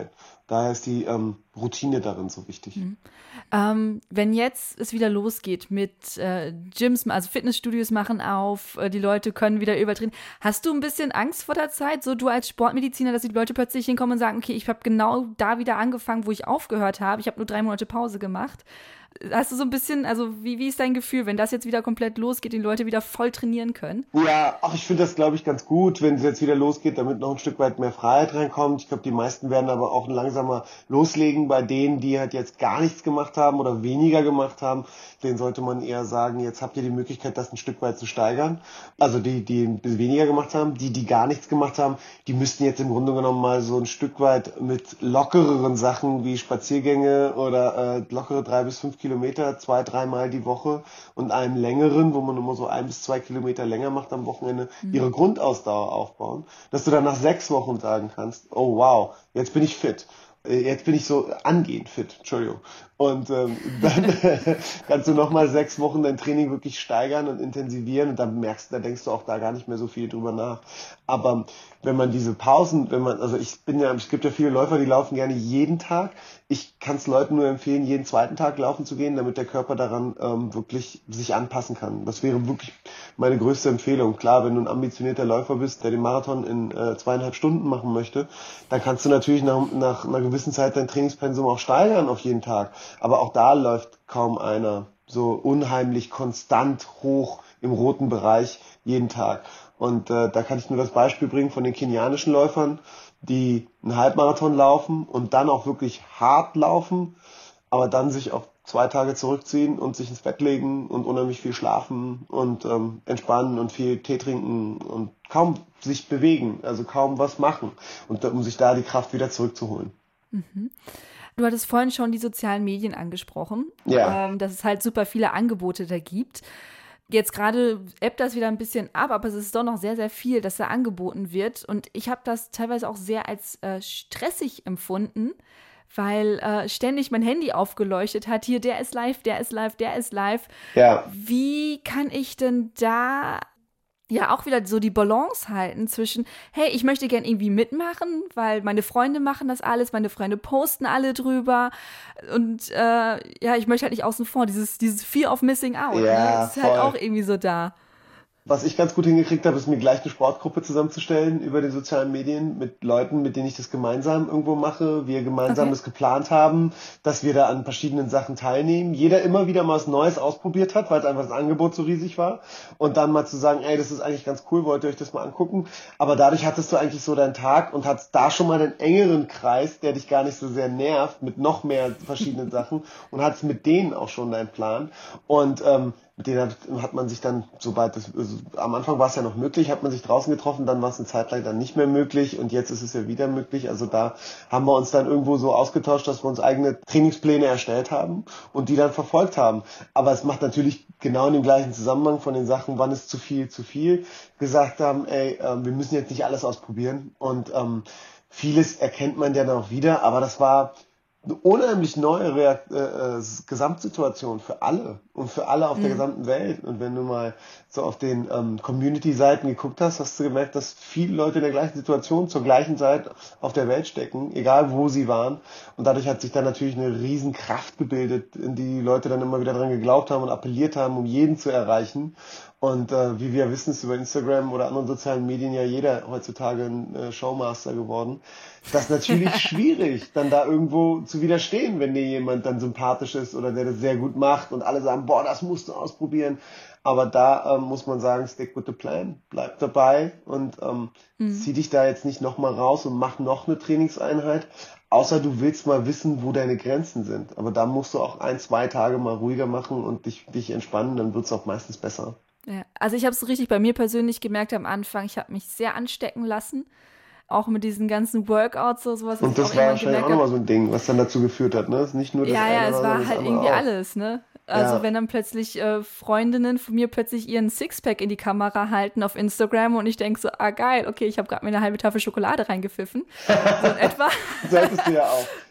Speaker 1: daher ist die ähm, Routine darin so wichtig.
Speaker 2: Mhm. Ähm, wenn jetzt es wieder losgeht mit äh, Gyms, also Fitnessstudios machen auf, äh, die Leute können wieder übertrainieren, hast du ein bisschen Angst vor der Zeit, so du als Sportmediziner, dass die Leute plötzlich hinkommen und sagen, okay, ich habe genau da wieder angefangen, wo ich aufgehört habe, ich habe nur drei Monate Pause gemacht. Hast du so ein bisschen, also wie, wie ist dein Gefühl, wenn das jetzt wieder komplett losgeht, die Leute wieder voll trainieren können?
Speaker 1: Ja, ach, ich finde das, glaube ich, ganz gut, wenn es jetzt wieder losgeht, damit noch ein Stück weit mehr Freiheit reinkommt. Ich glaube, die meisten werden aber auch langsamer loslegen. Bei denen, die halt jetzt gar nichts gemacht haben oder weniger gemacht haben, denen sollte man eher sagen, jetzt habt ihr die Möglichkeit, das ein Stück weit zu steigern. Also die, die ein bisschen weniger gemacht haben, die, die gar nichts gemacht haben, die müssten jetzt im Grunde genommen mal so ein Stück weit mit lockereren Sachen wie Spaziergänge oder äh, lockere drei bis fünf Kilometer, zwei, dreimal die Woche und einem längeren, wo man immer so ein bis zwei Kilometer länger macht am Wochenende, mhm. ihre Grundausdauer aufbauen, dass du dann nach sechs Wochen sagen kannst, oh wow, jetzt bin ich fit. Jetzt bin ich so angehend fit, Entschuldigung. Und ähm, dann kannst du nochmal sechs Wochen dein Training wirklich steigern und intensivieren und dann merkst, da denkst du auch da gar nicht mehr so viel drüber nach. Aber wenn man diese Pausen, wenn man, also ich bin ja, es gibt ja viele Läufer, die laufen gerne jeden Tag. Ich kann es Leuten nur empfehlen, jeden zweiten Tag laufen zu gehen, damit der Körper daran ähm, wirklich sich anpassen kann. Das wäre wirklich meine größte Empfehlung. Klar, wenn du ein ambitionierter Läufer bist, der den Marathon in äh, zweieinhalb Stunden machen möchte, dann kannst du natürlich nach, nach einer gewissen Zeit dein Trainingspensum auch steigern auf jeden Tag. Aber auch da läuft kaum einer so unheimlich konstant hoch im roten Bereich jeden Tag. Und äh, da kann ich nur das Beispiel bringen von den kenianischen Läufern, die einen Halbmarathon laufen und dann auch wirklich hart laufen, aber dann sich auch zwei Tage zurückziehen und sich ins Bett legen und unheimlich viel schlafen und ähm, entspannen und viel Tee trinken und kaum sich bewegen, also kaum was machen, und um sich da die Kraft wieder zurückzuholen.
Speaker 2: Mhm. Du hattest vorhin schon die sozialen Medien angesprochen,
Speaker 1: ja.
Speaker 2: ähm, dass es halt super viele Angebote da gibt. Jetzt gerade ebbt das wieder ein bisschen ab, aber es ist doch noch sehr, sehr viel, das da angeboten wird. Und ich habe das teilweise auch sehr als äh, stressig empfunden, weil äh, ständig mein Handy aufgeleuchtet hat. Hier, der ist live, der ist live, der ist live.
Speaker 1: Ja.
Speaker 2: Wie kann ich denn da ja auch wieder so die Balance halten zwischen, hey, ich möchte gern irgendwie mitmachen, weil meine Freunde machen das alles, meine Freunde posten alle drüber und äh, ja, ich möchte halt nicht außen vor, dieses, dieses Fear of Missing Out,
Speaker 1: ja,
Speaker 2: ne? Das ist
Speaker 1: voll.
Speaker 2: halt auch irgendwie so da.
Speaker 1: Was ich ganz gut hingekriegt habe, ist mir gleich eine Sportgruppe zusammenzustellen über die sozialen Medien mit Leuten, mit denen ich das gemeinsam irgendwo mache. Wir gemeinsam
Speaker 2: Okay.
Speaker 1: das geplant haben, dass wir da an verschiedenen Sachen teilnehmen. Jeder immer wieder mal was Neues ausprobiert hat, weil es einfach das Angebot so riesig war. Und dann mal zu sagen, ey, das ist eigentlich ganz cool, wollt ihr euch das mal angucken? Aber dadurch hattest du eigentlich so deinen Tag und hattest da schon mal einen engeren Kreis, der dich gar nicht so sehr nervt, mit noch mehr verschiedenen Sachen, und hattest mit denen auch schon deinen Plan. Und ähm, mit denen hat, hat man sich dann, sobald das, also am Anfang war es ja noch möglich, hat man sich draußen getroffen, dann war es eine Zeit lang dann nicht mehr möglich und jetzt ist es ja wieder möglich. Also da haben wir uns dann irgendwo so ausgetauscht, dass wir uns eigene Trainingspläne erstellt haben und die dann verfolgt haben. Aber es macht natürlich genau in dem gleichen Zusammenhang von den Sachen, wann ist zu viel, zu viel, gesagt haben, ey, äh, wir müssen jetzt nicht alles ausprobieren, und ähm, vieles erkennt man ja dann auch wieder, aber das war eine unheimlich neue Reakt- äh, Gesamtsituation für alle und für alle auf mhm. der gesamten Welt. Und wenn du mal so auf den ähm, Community-Seiten geguckt hast, hast du gemerkt, dass viele Leute in der gleichen Situation zur gleichen Zeit auf der Welt stecken, egal wo sie waren. Und dadurch hat sich dann natürlich eine riesen Kraft gebildet, in die die Leute dann immer wieder dran geglaubt haben und appelliert haben, um jeden zu erreichen. Und äh, wie wir wissen, ist über Instagram oder anderen sozialen Medien ja jeder heutzutage ein äh, Showmaster geworden. Das ist natürlich schwierig, dann da irgendwo zu widerstehen, wenn dir jemand dann sympathisch ist oder der das sehr gut macht und alle sagen, boah, das musst du ausprobieren. Aber da ähm, muss man sagen, stick with the plan, bleib dabei und ähm, mhm. zieh dich da jetzt nicht nochmal raus und mach noch eine Trainingseinheit, außer du willst mal wissen, wo deine Grenzen sind. Aber da musst du auch ein, zwei Tage mal ruhiger machen und dich, dich entspannen, dann wird es auch meistens besser.
Speaker 2: Ja, also ich habe es richtig bei mir persönlich gemerkt am Anfang, ich habe mich sehr anstecken lassen, auch mit diesen ganzen Workouts oder sowas.
Speaker 1: Und das war wahrscheinlich auch nochmal so ein Ding, was dann dazu geführt hat, ne? Nicht nur das
Speaker 2: ja,
Speaker 1: eine,
Speaker 2: ja, es war halt irgendwie
Speaker 1: auch.
Speaker 2: alles, ne? Also ja. Wenn dann plötzlich äh, Freundinnen von mir plötzlich ihren Sixpack in die Kamera halten auf Instagram und ich denke so, ah geil, okay, ich habe gerade mir eine halbe Tafel Schokolade reingepfiffen. So in etwa.
Speaker 1: Solltest du ja auch.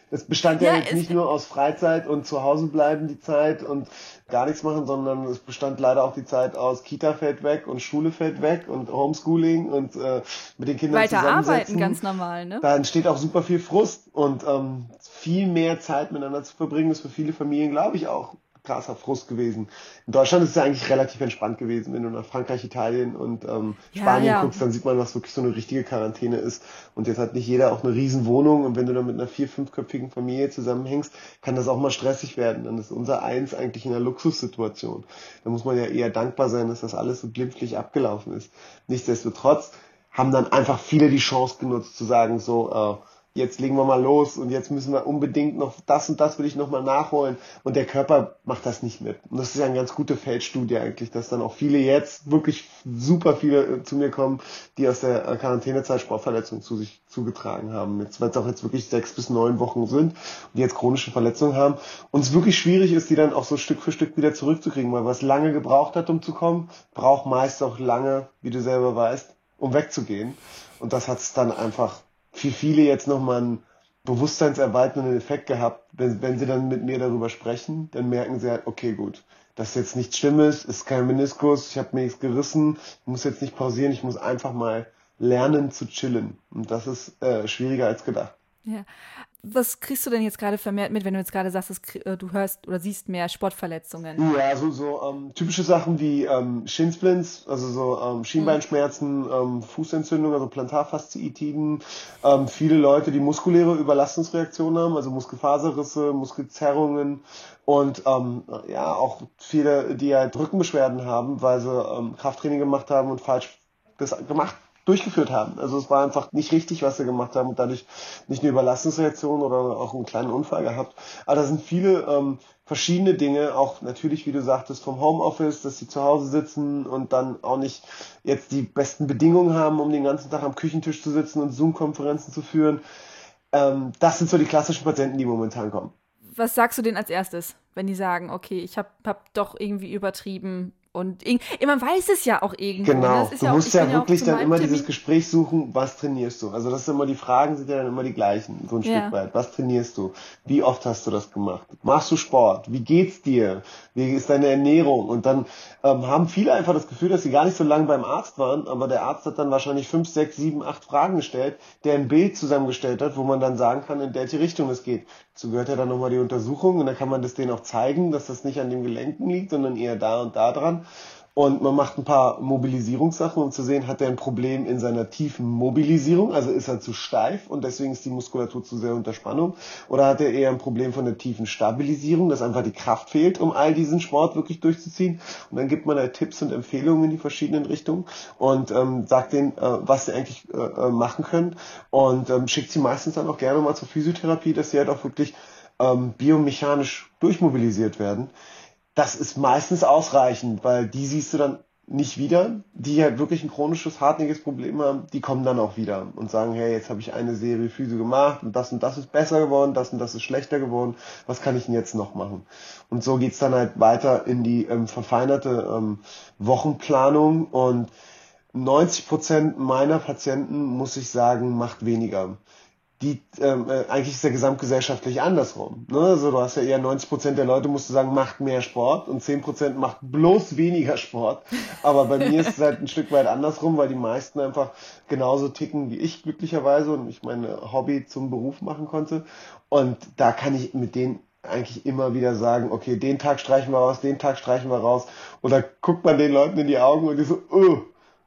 Speaker 1: Es bestand ja
Speaker 2: Ja,
Speaker 1: jetzt
Speaker 2: es,
Speaker 1: nicht nur aus Freizeit und zu Hause bleiben die Zeit und gar nichts machen, sondern es bestand leider auch die Zeit aus Kita fällt weg und Schule fällt weg und Homeschooling und äh, mit den Kindern
Speaker 2: weiter arbeiten,
Speaker 1: zusammensetzen.
Speaker 2: ganz normal, ne?
Speaker 1: Da entsteht auch super viel Frust und ähm, viel mehr Zeit miteinander zu verbringen, ist für viele Familien, glaube ich, auch krasser Frust gewesen. In Deutschland ist es ja eigentlich relativ entspannt gewesen. Wenn du nach Frankreich, Italien und ähm,
Speaker 2: Ja,
Speaker 1: Spanien
Speaker 2: ja.
Speaker 1: guckst, dann sieht man, was wirklich so eine richtige Quarantäne ist. Und jetzt hat nicht jeder auch eine riesen Wohnung und wenn du dann mit einer vier-, fünfköpfigen Familie zusammenhängst, kann das auch mal stressig werden. Dann ist unser Eins eigentlich in einer Luxussituation. Da muss man ja eher dankbar sein, dass das alles so glimpflich abgelaufen ist. Nichtsdestotrotz haben dann einfach viele die Chance genutzt zu sagen, so, äh, jetzt legen wir mal los und jetzt müssen wir unbedingt noch das und das will ich noch mal nachholen und der Körper macht das nicht mit. Und das ist ja eine ganz gute Feldstudie eigentlich, dass dann auch viele jetzt, wirklich super viele zu mir kommen, die aus der Quarantänezeit Sportverletzungen zu sich zugetragen haben. Jetzt, weil es auch jetzt wirklich sechs bis neun Wochen sind und die jetzt chronische Verletzungen haben und es wirklich schwierig ist, die dann auch so Stück für Stück wieder zurückzukriegen, weil was lange gebraucht hat, um zu kommen, braucht meist auch lange, wie du selber weißt, um wegzugehen. Und das hat es dann einfach für viele jetzt nochmal einen bewusstseinserweiternden Effekt gehabt. Wenn, wenn sie dann mit mir darüber sprechen, dann merken sie halt, okay, gut, das ist jetzt nichts Schlimmes, ist kein Meniskus, ich habe mir nichts gerissen, ich muss jetzt nicht pausieren, ich muss einfach mal lernen zu chillen. Und das ist äh, schwieriger als gedacht.
Speaker 2: Ja. Was kriegst du denn jetzt gerade vermehrt mit, wenn du jetzt gerade sagst, dass, äh, du hörst oder siehst mehr Sportverletzungen?
Speaker 1: Ja, so, so ähm, typische Sachen wie ähm, Shinsplints, also so ähm, Schienbeinschmerzen, ähm, Fußentzündung, also Plantarfasziitiden, ähm, viele Leute, die muskuläre Überlastungsreaktionen haben, also Muskelfaserrisse, Muskelzerrungen und ähm, ja, auch viele, die halt Rückenbeschwerden haben, weil sie ähm, Krafttraining gemacht haben und falsch das gemacht durchgeführt haben. Also es war einfach nicht richtig, was sie gemacht haben und dadurch nicht eine Überlastungsreaktion oder auch einen kleinen Unfall gehabt. Aber da sind viele ähm, verschiedene Dinge, auch natürlich, wie du sagtest, vom Homeoffice, dass sie zu Hause sitzen und dann auch nicht jetzt die besten Bedingungen haben, um den ganzen Tag am Küchentisch zu sitzen und Zoom-Konferenzen zu führen. Ähm, das sind so die klassischen Patienten, die momentan kommen.
Speaker 2: Was sagst du denen als erstes, wenn die sagen, okay, ich habe hab doch irgendwie übertrieben? Und man weiß es ja auch irgendwo.
Speaker 1: Genau,
Speaker 2: das ist
Speaker 1: du
Speaker 2: ja auch,
Speaker 1: musst
Speaker 2: ich
Speaker 1: ja
Speaker 2: bin ja auch
Speaker 1: wirklich
Speaker 2: zu
Speaker 1: dann
Speaker 2: meinem
Speaker 1: immer
Speaker 2: Termin.
Speaker 1: dieses Gespräch suchen, was trainierst du? Also das sind immer die Fragen, sind ja dann immer die gleichen, so ein
Speaker 2: Ja.
Speaker 1: Stück weit. Was trainierst du? Wie oft hast du das gemacht? Machst du Sport? Wie geht's dir? Wie ist deine Ernährung? Und dann ähm, haben viele einfach das Gefühl, dass sie gar nicht so lange beim Arzt waren, aber der Arzt hat dann wahrscheinlich fünf, sechs, sieben, acht Fragen gestellt, der ein Bild zusammengestellt hat, wo man dann sagen kann, in welche Richtung es geht. Dazu gehört ja dann nochmal die Untersuchung und dann kann man das denen auch zeigen, dass das nicht an den Gelenken liegt, sondern eher da und da dran. Und man macht ein paar Mobilisierungssachen, um zu sehen, hat er ein Problem in seiner tiefen Mobilisierung, also ist er zu steif und deswegen ist die Muskulatur zu sehr unter Spannung, oder hat er eher ein Problem von der tiefen Stabilisierung, dass einfach die Kraft fehlt, um all diesen Sport wirklich durchzuziehen. Und dann gibt man halt Tipps und Empfehlungen in die verschiedenen Richtungen und ähm, sagt denen, äh, was sie eigentlich äh, machen können und ähm, schickt sie meistens dann auch gerne mal zur Physiotherapie, dass sie halt auch wirklich ähm, biomechanisch durchmobilisiert werden. Das ist meistens ausreichend, weil die siehst du dann nicht wieder, die halt wirklich ein chronisches, hartnäckiges Problem haben, die kommen dann auch wieder und sagen, hey, jetzt habe ich eine Serie Physio gemacht und das und das ist besser geworden, das und das ist schlechter geworden, was kann ich denn jetzt noch machen? Und so geht's dann halt weiter in die ähm, verfeinerte ähm, Wochenplanung und neunzig Prozent meiner Patienten, muss ich sagen, macht weniger. Die, ähm, äh, eigentlich ist der gesamtgesellschaftlich andersrum. Ne? Also du hast ja eher neunzig Prozent der Leute, musst du sagen, macht mehr Sport und zehn Prozent macht bloß weniger Sport. Aber bei mir ist es halt ein Stück weit andersrum, weil die meisten einfach genauso ticken wie ich glücklicherweise und ich meine Hobby zum Beruf machen konnte. Und da kann ich mit denen eigentlich immer wieder sagen, okay, den Tag streichen wir raus, den Tag streichen wir raus. Oder guckt man den Leuten in die Augen und die so, oh,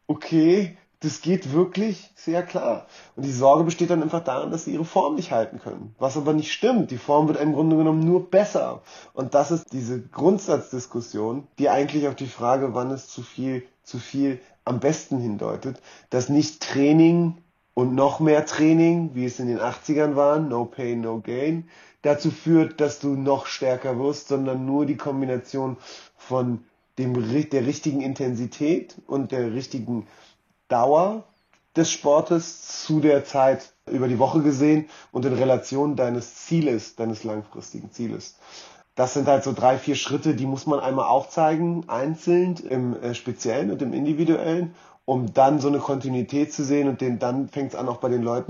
Speaker 1: okay, das geht wirklich sehr klar. Und die Sorge besteht dann einfach daran, dass sie ihre Form nicht halten können. Was aber nicht stimmt. Die Form wird im Grunde genommen nur besser. Und das ist diese Grundsatzdiskussion, die eigentlich auf die Frage, wann es zu viel, zu viel am besten hindeutet, dass nicht Training und noch mehr Training, wie es in den achtzigern waren, no pain, no gain, dazu führt, dass du noch stärker wirst, sondern nur die Kombination von dem, der richtigen Intensität und der richtigen Dauer des Sportes zu der Zeit über die Woche gesehen und in Relation deines Zieles, deines langfristigen Zieles. Das sind halt so drei, vier Schritte, die muss man einmal aufzeigen, einzeln, im äh, Speziellen und im Individuellen, um dann so eine Kontinuität zu sehen und den, dann fängt es an, auch bei den Leuten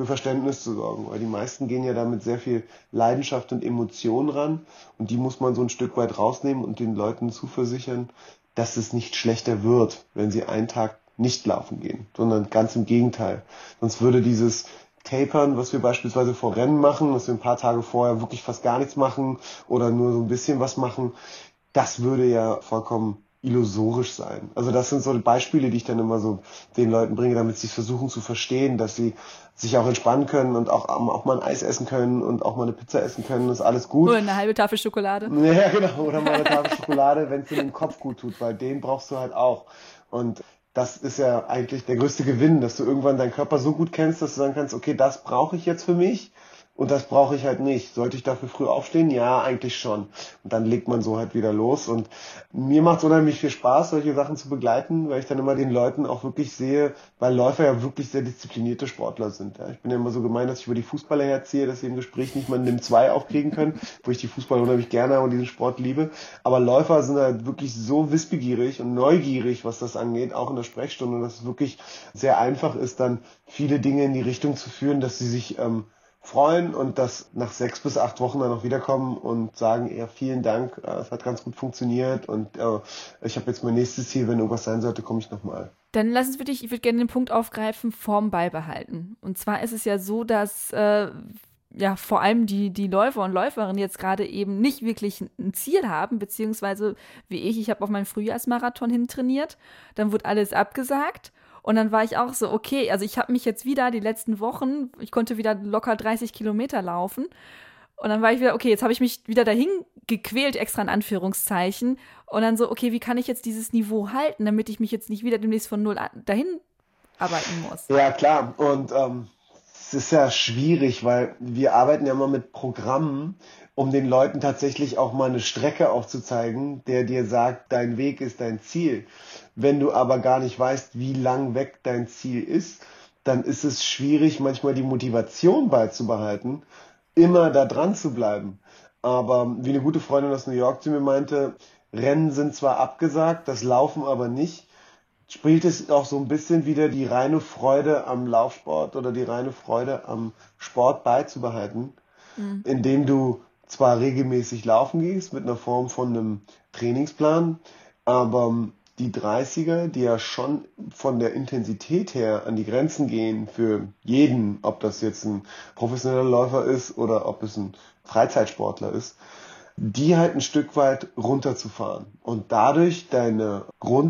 Speaker 1: für Verständnis zu sorgen, weil die meisten gehen ja da mit sehr viel Leidenschaft und Emotion ran und die muss man so ein Stück weit rausnehmen und den Leuten zuversichern, dass es nicht schlechter wird, wenn sie einen Tag nicht laufen gehen, sondern ganz im Gegenteil. Sonst würde dieses Tapern, was wir beispielsweise vor Rennen machen, dass wir ein paar Tage vorher wirklich fast gar nichts machen oder nur so ein bisschen was machen, das würde ja vollkommen illusorisch sein. Also das sind so Beispiele, die ich dann immer so den Leuten bringe, damit sie versuchen zu verstehen, dass sie sich auch entspannen können und auch, auch mal ein Eis essen können und auch mal eine Pizza essen können, das ist alles gut.
Speaker 2: Oder eine halbe Tafel Schokolade.
Speaker 1: Ja, genau, oder mal eine Tafel Schokolade, wenn es dir im Kopf gut tut, weil den brauchst du halt auch. Und das ist ja eigentlich der größte Gewinn, dass du irgendwann deinen Körper so gut kennst, dass du sagen kannst, okay, das brauche ich jetzt für mich und das brauche ich halt nicht. Sollte ich dafür früh aufstehen? Ja, eigentlich schon. Und dann legt man so halt wieder los. Und mir macht es unheimlich viel Spaß, solche Sachen zu begleiten, weil ich dann immer den Leuten auch wirklich sehe, weil Läufer ja wirklich sehr disziplinierte Sportler sind. Ja. Ich bin ja immer so gemein, dass ich über die Fußballer herziehe, dass sie im Gespräch nicht mal einen Nimm zwei aufkriegen können, wo ich die Fußballer unheimlich gerne und diesen Sport liebe. Aber Läufer sind halt wirklich so wissbegierig und neugierig, was das angeht, auch in der Sprechstunde, dass es wirklich sehr einfach ist, dann viele Dinge in die Richtung zu führen, dass sie sich ähm, freuen und dass nach sechs bis acht Wochen dann auch wiederkommen und sagen, ja, vielen Dank, es hat ganz gut funktioniert und äh, ich habe jetzt mein nächstes Ziel, wenn irgendwas sein sollte, komme ich nochmal.
Speaker 2: Dann lass uns wirklich, ich würde gerne den Punkt aufgreifen, Form beibehalten. Und zwar ist es ja so, dass äh, ja vor allem die, die Läufer und Läuferinnen jetzt gerade eben nicht wirklich ein Ziel haben, beziehungsweise wie ich, ich habe auf meinen Frühjahrsmarathon hin trainiert, dann wurde alles abgesagt. Und dann war ich auch so, okay, also ich habe mich jetzt wieder die letzten Wochen, ich konnte wieder locker dreißig Kilometer laufen. Und dann war ich wieder, okay, jetzt habe ich mich wieder dahin gequält, extra in Anführungszeichen. Und dann so, okay, wie kann ich jetzt dieses Niveau halten, damit ich mich jetzt nicht wieder demnächst von null an, dahin arbeiten muss?
Speaker 1: Ja, klar. Und ähm, es ist ja schwierig, weil wir arbeiten ja immer mit Programmen, um den Leuten tatsächlich auch mal eine Strecke aufzuzeigen, der dir sagt, dein Weg ist dein Ziel. Wenn du aber gar nicht weißt, wie lang weg dein Ziel ist, dann ist es schwierig, manchmal die Motivation beizubehalten, immer da dran zu bleiben. Aber wie eine gute Freundin aus New York zu mir meinte, Rennen sind zwar abgesagt, das Laufen aber nicht, spielt es auch so ein bisschen wieder die reine Freude am Laufsport oder die reine Freude am Sport beizubehalten, mhm. indem du zwar regelmäßig laufen gehst mit einer Form von einem Trainingsplan, aber die dreißiger, die ja schon von der Intensität her an die Grenzen gehen für jeden, ob das jetzt ein professioneller Läufer ist oder ob es ein Freizeitsportler ist, die halt ein Stück weit runterzufahren und dadurch deine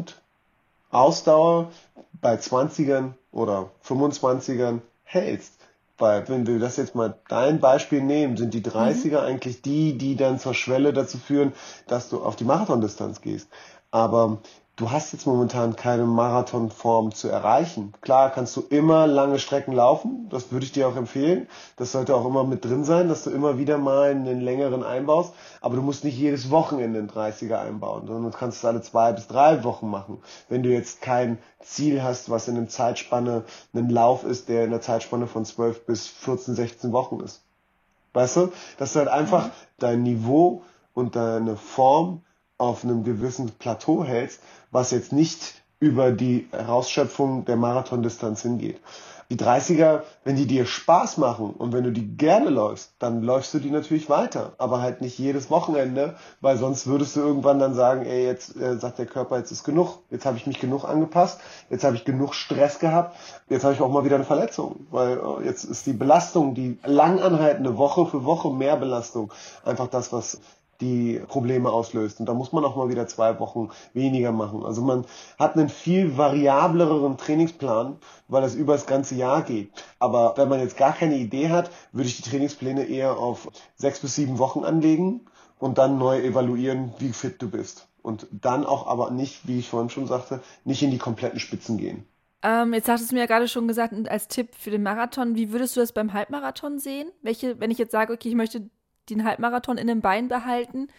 Speaker 1: Grundausdauer bei zwanzigern oder fünfundzwanzigern hältst. Weil, wenn wir das jetzt mal dein Beispiel nehmen, sind die dreißiger mhm. eigentlich die, die dann zur Schwelle dazu führen, dass du auf die Marathondistanz gehst. Aber du hast jetzt momentan keine Marathonform zu erreichen. Klar kannst du immer lange Strecken laufen, das würde ich dir auch empfehlen. Das sollte auch immer mit drin sein, dass du immer wieder mal einen längeren einbaust. Aber du musst nicht jedes Wochenende einen dreißiger einbauen, sondern du kannst es alle zwei bis drei Wochen machen. Wenn du jetzt kein Ziel hast, was in einer Zeitspanne ein Lauf ist, der in der Zeitspanne von zwölf bis vierzehn, sechzehn Wochen ist. Weißt du? Dass du halt einfach mhm. dein Niveau und deine Form auf einem gewissen Plateau hältst, was jetzt nicht über die Herausschöpfung der Marathondistanz hingeht. Die dreißiger, wenn die dir Spaß machen und wenn du die gerne läufst, dann läufst du die natürlich weiter, aber halt nicht jedes Wochenende, weil sonst würdest du irgendwann dann sagen, ey, jetzt äh, sagt der Körper, jetzt ist genug, jetzt habe ich mich genug angepasst, jetzt habe ich genug Stress gehabt, jetzt habe ich auch mal wieder eine Verletzung, weil äh, jetzt ist die Belastung, die lang anhaltende Woche für Woche mehr Belastung, einfach das, was die Probleme auslöst. Und da muss man auch mal wieder zwei Wochen weniger machen. Also man hat einen viel variableren Trainingsplan, weil das über das ganze Jahr geht. Aber wenn man jetzt gar keine Idee hat, würde ich die Trainingspläne eher auf sechs bis sieben Wochen anlegen und dann neu evaluieren, wie fit du bist. Und dann auch aber nicht, wie ich vorhin schon sagte, nicht in die kompletten Spitzen gehen.
Speaker 2: Ähm, jetzt hattest du mir ja gerade schon gesagt, als Tipp für den Marathon, wie würdest du das beim Halbmarathon sehen? Welche, wenn ich jetzt sage, okay, ich möchte den Halbmarathon in den Beinen behalten,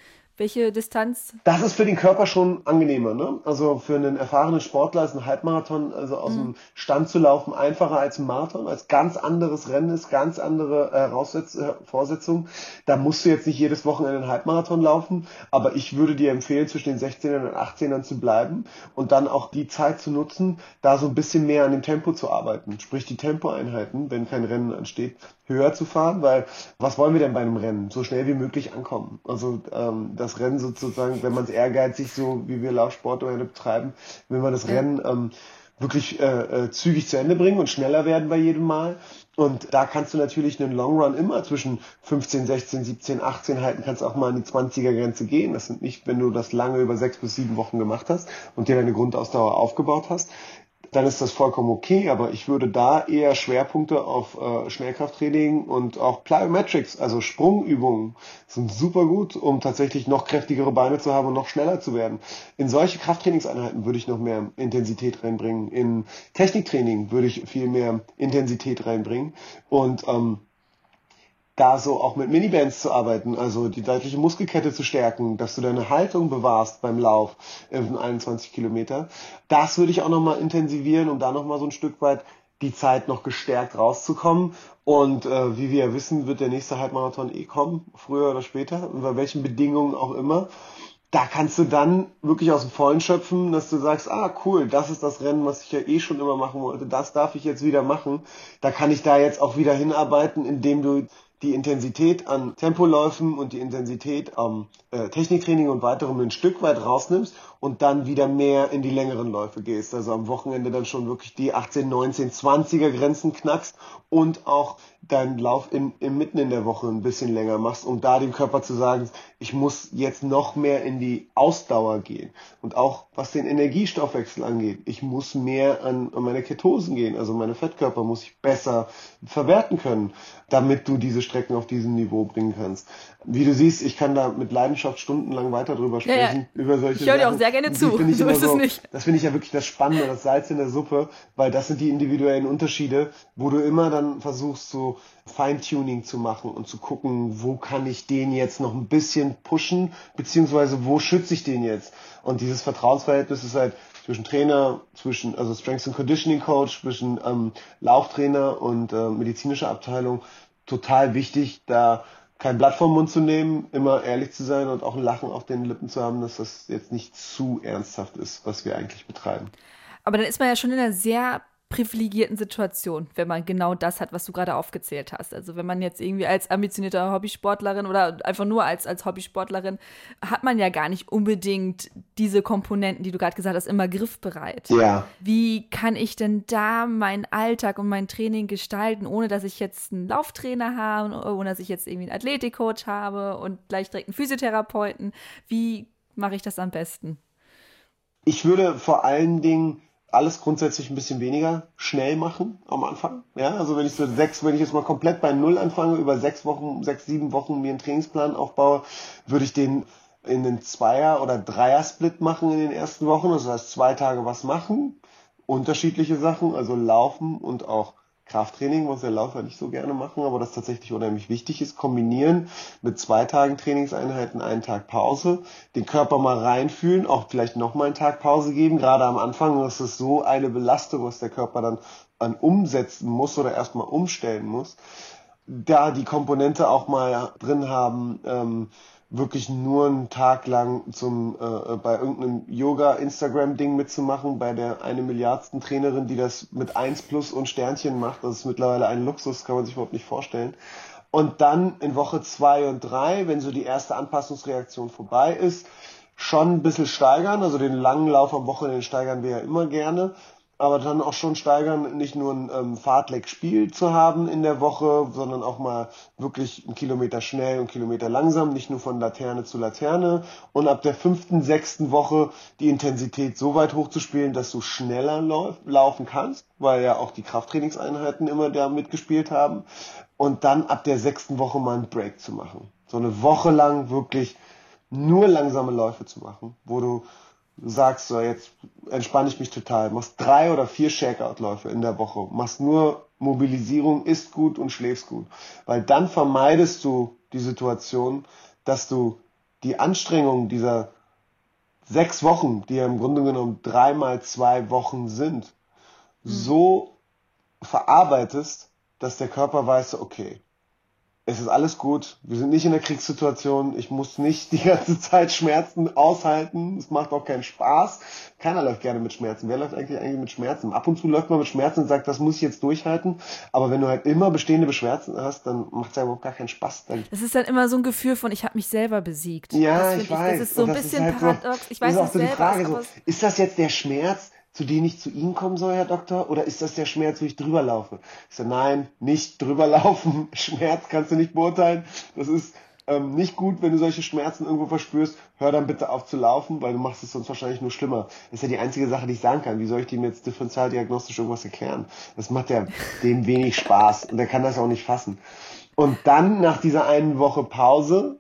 Speaker 2: Welche Distanz?
Speaker 1: Das ist für den Körper schon angenehmer, ne? Also für einen erfahrenen Sportler ist ein Halbmarathon, also aus dem Stand zu laufen, einfacher als ein Marathon, als ganz anderes Rennen ist, ganz andere äh, Voraussetz- äh, Voraussetzungen. Da musst du jetzt nicht jedes Wochenende einen Halbmarathon laufen, aber ich würde dir empfehlen, zwischen den sechzehnern und achtzehnern zu bleiben und dann auch die Zeit zu nutzen, da so ein bisschen mehr an dem Tempo zu arbeiten. Sprich die Tempoeinheiten, wenn kein Rennen ansteht, höher zu fahren, weil was wollen wir denn bei einem Rennen? So schnell wie möglich ankommen. Also ähm, das Rennen sozusagen, wenn man es ehrgeizig, so wie wir Laufsport betreiben, will man das
Speaker 2: Ja.
Speaker 1: Rennen ähm, wirklich äh, äh, zügig zu Ende bringen und schneller werden bei jedem Mal. Und da kannst du natürlich einen Long Run immer zwischen fünfzehn, sechzehn, siebzehn, achtzehn halten, kannst auch mal an die zwanziger-Grenze gehen. Das sind nicht, wenn du das lange über sechs bis sieben Wochen gemacht hast und dir deine Grundausdauer aufgebaut hast, dann ist das vollkommen okay, aber ich würde da eher Schwerpunkte auf äh, Schnellkrafttraining und auch Plyometrics, also Sprungübungen, sind super gut, um tatsächlich noch kräftigere Beine zu haben und noch schneller zu werden. In solche Krafttrainingseinheiten würde ich noch mehr Intensität reinbringen. In Techniktraining würde ich viel mehr Intensität reinbringen und ähm, da so auch mit Minibands zu arbeiten, also die seitliche Muskelkette zu stärken, dass du deine Haltung bewahrst beim Lauf in einundzwanzig Kilometer. Das würde ich auch nochmal intensivieren, um da nochmal so ein Stück weit die Zeit noch gestärkt rauszukommen. Und äh, wie wir ja wissen, wird der nächste Halbmarathon eh kommen, früher oder später, unter welchen Bedingungen auch immer. Da kannst du dann wirklich aus dem Vollen schöpfen, dass du sagst, ah cool, das ist das Rennen, was ich ja eh schon immer machen wollte, das darf ich jetzt wieder machen. Da kann ich da jetzt auch wieder hinarbeiten, indem du die Intensität an Tempoläufen und die Intensität am äh, Techniktraining und weiterem ein Stück weit rausnimmst und dann wieder mehr in die längeren Läufe gehst. Also am Wochenende dann schon wirklich die achtzehn, neunzehn, zwanziger Grenzen knackst und auch deinen Lauf in, in mitten in der Woche ein bisschen länger machst, um da dem Körper zu sagen, ich muss jetzt noch mehr in die Ausdauer gehen. Und auch was den Energiestoffwechsel angeht, ich muss mehr an, an meine Ketosen gehen, also meine Fettkörper muss ich besser verwerten können, damit du diese Strecken auf diesem Niveau bringen kannst. Wie du siehst, ich kann da mit Leidenschaft stundenlang weiter drüber sprechen,
Speaker 2: Ja, ja.
Speaker 1: über solche
Speaker 2: Ich höre dir auch
Speaker 1: Sachen.
Speaker 2: sehr gerne
Speaker 1: Die
Speaker 2: zu.
Speaker 1: finde ich
Speaker 2: So
Speaker 1: immer
Speaker 2: ist es
Speaker 1: so,
Speaker 2: nicht.
Speaker 1: das finde ich ja wirklich das Spannende, das Salz in der Suppe, weil das sind die individuellen Unterschiede, wo du immer dann versuchst, so Feintuning zu machen und zu gucken, wo kann ich den jetzt noch ein bisschen pushen, beziehungsweise wo schütze ich den jetzt? Und dieses Vertrauensverhältnis ist halt zwischen Trainer, zwischen also Strength and Conditioning Coach, zwischen ähm, Lauftrainer und äh, medizinischer Abteilung total wichtig, da kein Blatt vom Mund zu nehmen, immer ehrlich zu sein und auch ein Lachen auf den Lippen zu haben, dass das jetzt nicht zu ernsthaft ist, was wir eigentlich betreiben.
Speaker 2: Aber dann ist man ja schon in einer sehr privilegierten Situation, wenn man genau das hat, was du gerade aufgezählt hast. Also wenn man jetzt irgendwie als ambitionierte Hobbysportlerin oder einfach nur als, als Hobbysportlerin, hat man ja gar nicht unbedingt diese Komponenten, die du gerade gesagt hast, immer griffbereit.
Speaker 1: Ja.
Speaker 2: Wie kann ich denn da meinen Alltag und mein Training gestalten, ohne dass ich jetzt einen Lauftrainer habe, ohne dass ich jetzt irgendwie einen Athletikcoach habe und gleich direkt einen Physiotherapeuten? Wie mache ich das am besten?
Speaker 1: Ich würde vor allen Dingen alles grundsätzlich ein bisschen weniger schnell machen am Anfang. Ja, also wenn ich so sechs, wenn ich jetzt mal komplett bei Null anfange, über sechs Wochen, sechs, sieben Wochen mir einen Trainingsplan aufbaue, würde ich den in einen Zweier- oder Dreier-Split machen in den ersten Wochen. Das heißt, zwei Tage was machen, unterschiedliche Sachen, also Laufen und auch Krafttraining, was der Läufer nicht so gerne machen, aber das tatsächlich unheimlich wichtig ist, kombinieren mit zwei Tagen Trainingseinheiten, einen Tag Pause, den Körper mal reinfühlen, auch vielleicht nochmal einen Tag Pause geben, gerade am Anfang ist es so eine Belastung, was der Körper dann an umsetzen muss oder erstmal umstellen muss, da die Komponente auch mal drin haben, ähm, wirklich nur einen Tag lang zum äh, bei irgendeinem Yoga-Instagram-Ding mitzumachen, bei der eine Milliardsten Trainerin, die das mit eins plus und Sternchen macht. Das ist mittlerweile ein Luxus, kann man sich überhaupt nicht vorstellen. Und dann in Woche zwei und drei, wenn so die erste Anpassungsreaktion vorbei ist, schon ein bisschen steigern. Also den langen Lauf am Wochenende steigern wir ja immer gerne. Aber dann auch schon steigern, nicht nur ein ähm, Fahrtleck-Spiel zu haben in der Woche, sondern auch mal wirklich einen Kilometer schnell und einen Kilometer langsam, nicht nur von Laterne zu Laterne. Und ab der fünften, sechsten Woche die Intensität so weit hochzuspielen, dass du schneller lauf, laufen kannst, weil ja auch die Krafttrainingseinheiten immer da mitgespielt haben. Und dann ab der sechsten Woche mal einen Break zu machen. So eine Woche lang wirklich nur langsame Läufe zu machen, wo du Du sagst so, jetzt entspanne ich mich total, machst drei oder vier Shakeout-Läufe in der Woche, machst nur Mobilisierung, isst gut und schläfst gut. Weil dann vermeidest du die Situation, dass du die Anstrengung dieser sechs Wochen, die ja im Grunde genommen dreimal zwei Wochen sind, so verarbeitest, dass der Körper weiß, okay, es ist alles gut, wir sind nicht in der Kriegssituation, ich muss nicht die ganze Zeit Schmerzen aushalten, es macht auch keinen Spaß. Keiner läuft gerne mit Schmerzen. Wer läuft eigentlich eigentlich mit Schmerzen? Ab und zu läuft man mit Schmerzen und sagt, das muss ich jetzt durchhalten, aber wenn du halt immer bestehende Beschwerden hast, dann macht es ja überhaupt gar keinen Spaß. Dann
Speaker 2: Es ist dann immer so ein Gefühl von, ich habe mich selber besiegt.
Speaker 1: ja,
Speaker 2: das
Speaker 1: ich
Speaker 2: ich,
Speaker 1: weiß.
Speaker 2: Das ist so
Speaker 1: Und
Speaker 2: ein
Speaker 1: das ist
Speaker 2: bisschen
Speaker 1: halt so,
Speaker 2: paradox. Ich
Speaker 1: das
Speaker 2: weiß
Speaker 1: ist auch
Speaker 2: es
Speaker 1: so die
Speaker 2: selber,
Speaker 1: Frage,
Speaker 2: aber
Speaker 1: so,
Speaker 2: es,
Speaker 1: ist das jetzt der Schmerz, zu dem ich zu Ihnen kommen soll, Herr Doktor, oder ist das der Schmerz, wo ich drüber laufe? Ich so, nein, nicht drüber laufen. Schmerz kannst du nicht beurteilen. Das ist ähm, nicht gut, wenn du solche Schmerzen irgendwo verspürst. Hör dann bitte auf zu laufen, weil du machst es sonst wahrscheinlich nur schlimmer. Das ist ja die einzige Sache, die ich sagen kann. Wie soll ich dem jetzt differentialdiagnostisch irgendwas erklären? Das macht ja dem wenig Spaß und der kann das auch nicht fassen. Und dann, nach dieser einen Woche Pause,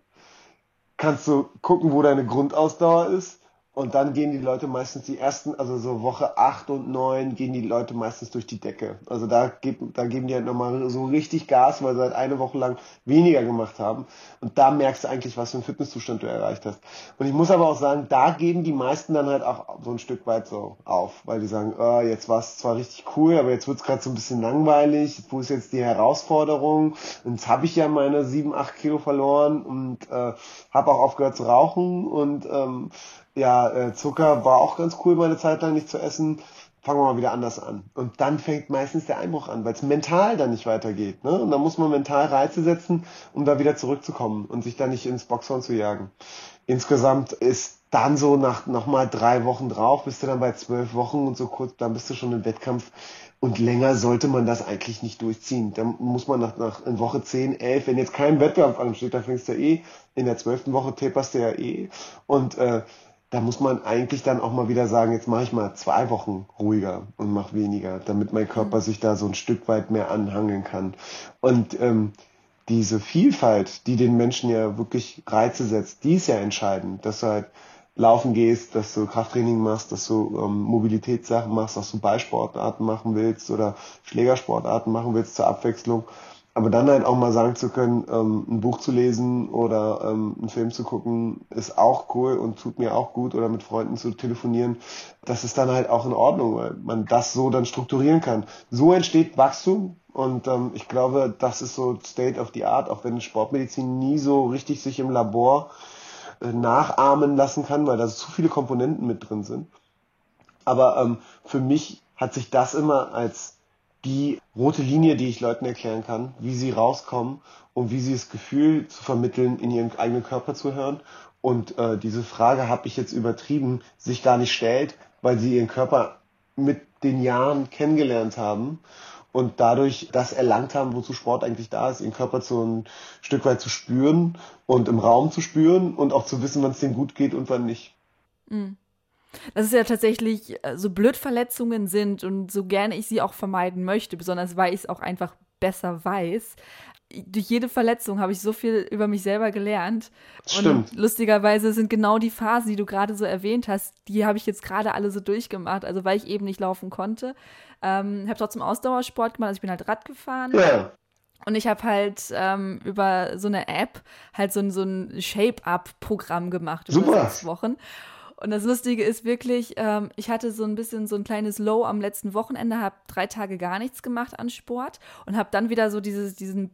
Speaker 1: kannst du gucken, wo deine Grundausdauer ist. Und dann gehen die Leute meistens die ersten, also so Woche acht und neun gehen die Leute meistens durch die Decke. Also da, geb, da geben die halt nochmal so richtig Gas, weil sie halt eine Woche lang weniger gemacht haben. Und da merkst du eigentlich, was für einen Fitnesszustand du erreicht hast. Und ich muss aber auch sagen, da geben die meisten dann halt auch so ein Stück weit so auf. Weil die sagen, oh, jetzt war es zwar richtig cool, aber jetzt wird es gerade so ein bisschen langweilig. Wo ist jetzt die Herausforderung? Und jetzt habe ich ja meine sieben, acht Kilo verloren und äh, habe auch aufgehört zu rauchen und ähm, ja, äh, Zucker war auch ganz cool, meine Zeit lang nicht zu essen. Fangen wir mal wieder anders an. Und dann fängt meistens der Einbruch an, weil es mental dann nicht weitergeht. Ne? Und dann muss man mental Reize setzen, um da wieder zurückzukommen und sich da nicht ins Boxhorn zu jagen. Insgesamt ist dann so nach nochmal drei Wochen drauf, bist du dann bei zwölf Wochen und so kurz, dann bist du schon im Wettkampf. Und länger sollte man das eigentlich nicht durchziehen. Dann muss man nach, nach in Woche zehn, elf, wenn jetzt kein Wettkampf ansteht, da fängst du eh, in der zwölften Woche taperst du ja eh. Und äh, da muss man eigentlich dann auch mal wieder sagen, jetzt mache ich mal zwei Wochen ruhiger und mache weniger, damit mein Körper sich da so ein Stück weit mehr anhangeln kann. Und ähm, diese Vielfalt, die den Menschen ja wirklich Reize setzt, die ist ja entscheidend, dass du halt laufen gehst, dass du Krafttraining machst, dass du ähm, Mobilitätssachen machst, dass du Ballsportarten machen willst oder Schlägersportarten machen willst zur Abwechslung. Aber dann halt auch mal sagen zu können, ähm, ein Buch zu lesen oder ähm, einen Film zu gucken, ist auch cool und tut mir auch gut oder mit Freunden zu telefonieren. Das ist dann halt auch in Ordnung, weil man das so dann strukturieren kann. So entsteht Wachstum und ähm, ich glaube, das ist so State of the Art, auch wenn Sportmedizin nie so richtig sich im Labor äh, nachahmen lassen kann, weil da zu viele Komponenten mit drin sind. Aber ähm, für mich hat sich das immer als die rote Linie, die ich Leuten erklären kann, wie sie rauskommen und wie sie das Gefühl zu vermitteln, in ihren eigenen Körper zu hören. Und äh, diese Frage, habe ich jetzt übertrieben, sich gar nicht stellt, weil sie ihren Körper mit den Jahren kennengelernt haben und dadurch das erlangt haben, wozu Sport eigentlich da ist, ihren Körper so ein Stück weit zu spüren und im Raum zu spüren und auch zu wissen, wann es denen gut geht und wann nicht.
Speaker 2: Mhm. Das ist ja tatsächlich, äh, so blöd Verletzungen sind und so gerne ich sie auch vermeiden möchte, besonders weil ich es auch einfach besser weiß. Durch jede Verletzung habe ich so viel über mich selber gelernt.
Speaker 1: Stimmt.
Speaker 2: Und lustigerweise sind genau die Phasen, die du gerade so erwähnt hast, die habe ich jetzt gerade alle so durchgemacht. Also weil ich eben nicht laufen konnte. Ähm, habe trotzdem Ausdauersport gemacht, also ich bin halt Rad gefahren.
Speaker 1: Ja.
Speaker 2: Und ich habe halt ähm, über so eine App halt so ein, so ein Shape-Up-Programm gemacht über
Speaker 1: Super.
Speaker 2: sechs Wochen. Und das Lustige ist wirklich, ähm, ich hatte so ein bisschen so ein kleines Low am letzten Wochenende, habe drei Tage gar nichts gemacht an Sport und habe dann wieder so dieses, diesen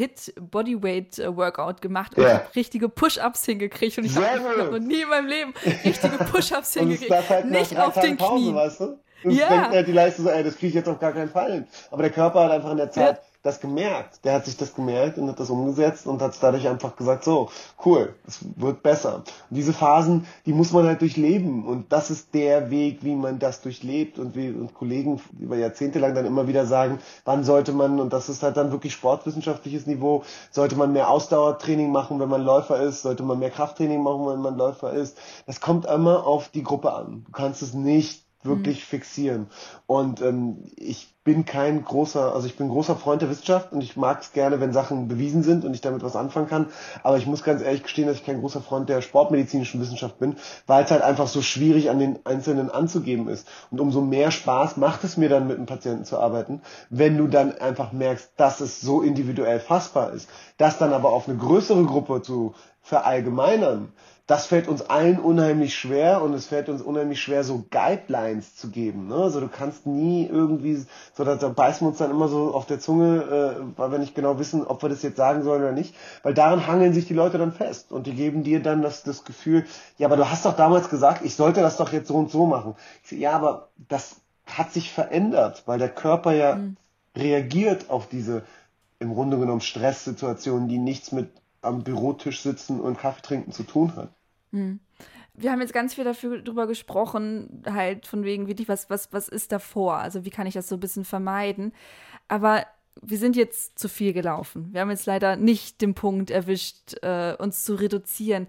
Speaker 2: Hit-Bodyweight-Workout gemacht und
Speaker 1: Ja.
Speaker 2: ich habe richtige Push-Ups hingekriegt und ich
Speaker 1: Sehr
Speaker 2: habe hab
Speaker 1: gut.
Speaker 2: noch nie in meinem Leben richtige Push-Ups
Speaker 1: Und
Speaker 2: hingekriegt.
Speaker 1: das halt nach
Speaker 2: Nicht
Speaker 1: drei
Speaker 2: auf den
Speaker 1: Tagen Pause,
Speaker 2: Knien.
Speaker 1: weißt du? Und
Speaker 2: Ja.
Speaker 1: denkt halt die Leistung so, ey, das kriege ich jetzt auf gar keinen Fall hin. Aber der Körper hat einfach in der Zeit
Speaker 2: Ja.
Speaker 1: das gemerkt. Der hat sich das gemerkt und hat das umgesetzt und hat dadurch einfach gesagt, so, cool, es wird besser. Und diese Phasen, die muss man halt durchleben. Und das ist der Weg, wie man das durchlebt. Und wie und Kollegen über Jahrzehnte lang dann immer wieder sagen, wann sollte man, und das ist halt dann wirklich sportwissenschaftliches Niveau, sollte man mehr Ausdauertraining machen, wenn man Läufer ist, sollte man mehr Krafttraining machen, wenn man Läufer ist. Das kommt immer auf die Gruppe an. Du kannst es nicht wirklich mhm. fixieren. Und ähm, ich bin kein großer, also ich bin großer Freund der Wissenschaft und ich mag es gerne, wenn Sachen bewiesen sind und ich damit was anfangen kann. Aber ich muss ganz ehrlich gestehen, dass ich kein großer Freund der sportmedizinischen Wissenschaft bin, weil es halt einfach so schwierig an den Einzelnen anzugeben ist. Und umso mehr Spaß macht es mir dann, mit einem Patienten zu arbeiten, wenn du dann einfach merkst, dass es so individuell fassbar ist. Das dann aber auf eine größere Gruppe zu verallgemeinern, das fällt uns allen unheimlich schwer und es fällt uns unheimlich schwer, so Guidelines zu geben. Ne? Also du kannst nie irgendwie, so da, da beißen wir uns dann immer so auf der Zunge, äh, weil wir nicht genau wissen, ob wir das jetzt sagen sollen oder nicht, weil daran hangeln sich die Leute dann fest und die geben dir dann das, das Gefühl, ja, aber du hast doch damals gesagt, ich sollte das doch jetzt so und so machen. Ich so, ja, aber das hat sich verändert, weil der Körper ja
Speaker 2: Mhm.
Speaker 1: reagiert auf diese im Grunde genommen Stresssituationen, die nichts mit am Bürotisch sitzen und Kaffee trinken zu tun hat.
Speaker 2: Mhm. Wir haben jetzt ganz viel dafür drüber gesprochen, halt von wegen wirklich, was, was, was ist davor? Also wie kann ich das so ein bisschen vermeiden? Aber wir sind jetzt zu viel gelaufen. Wir haben jetzt leider nicht den Punkt erwischt, äh, uns zu reduzieren.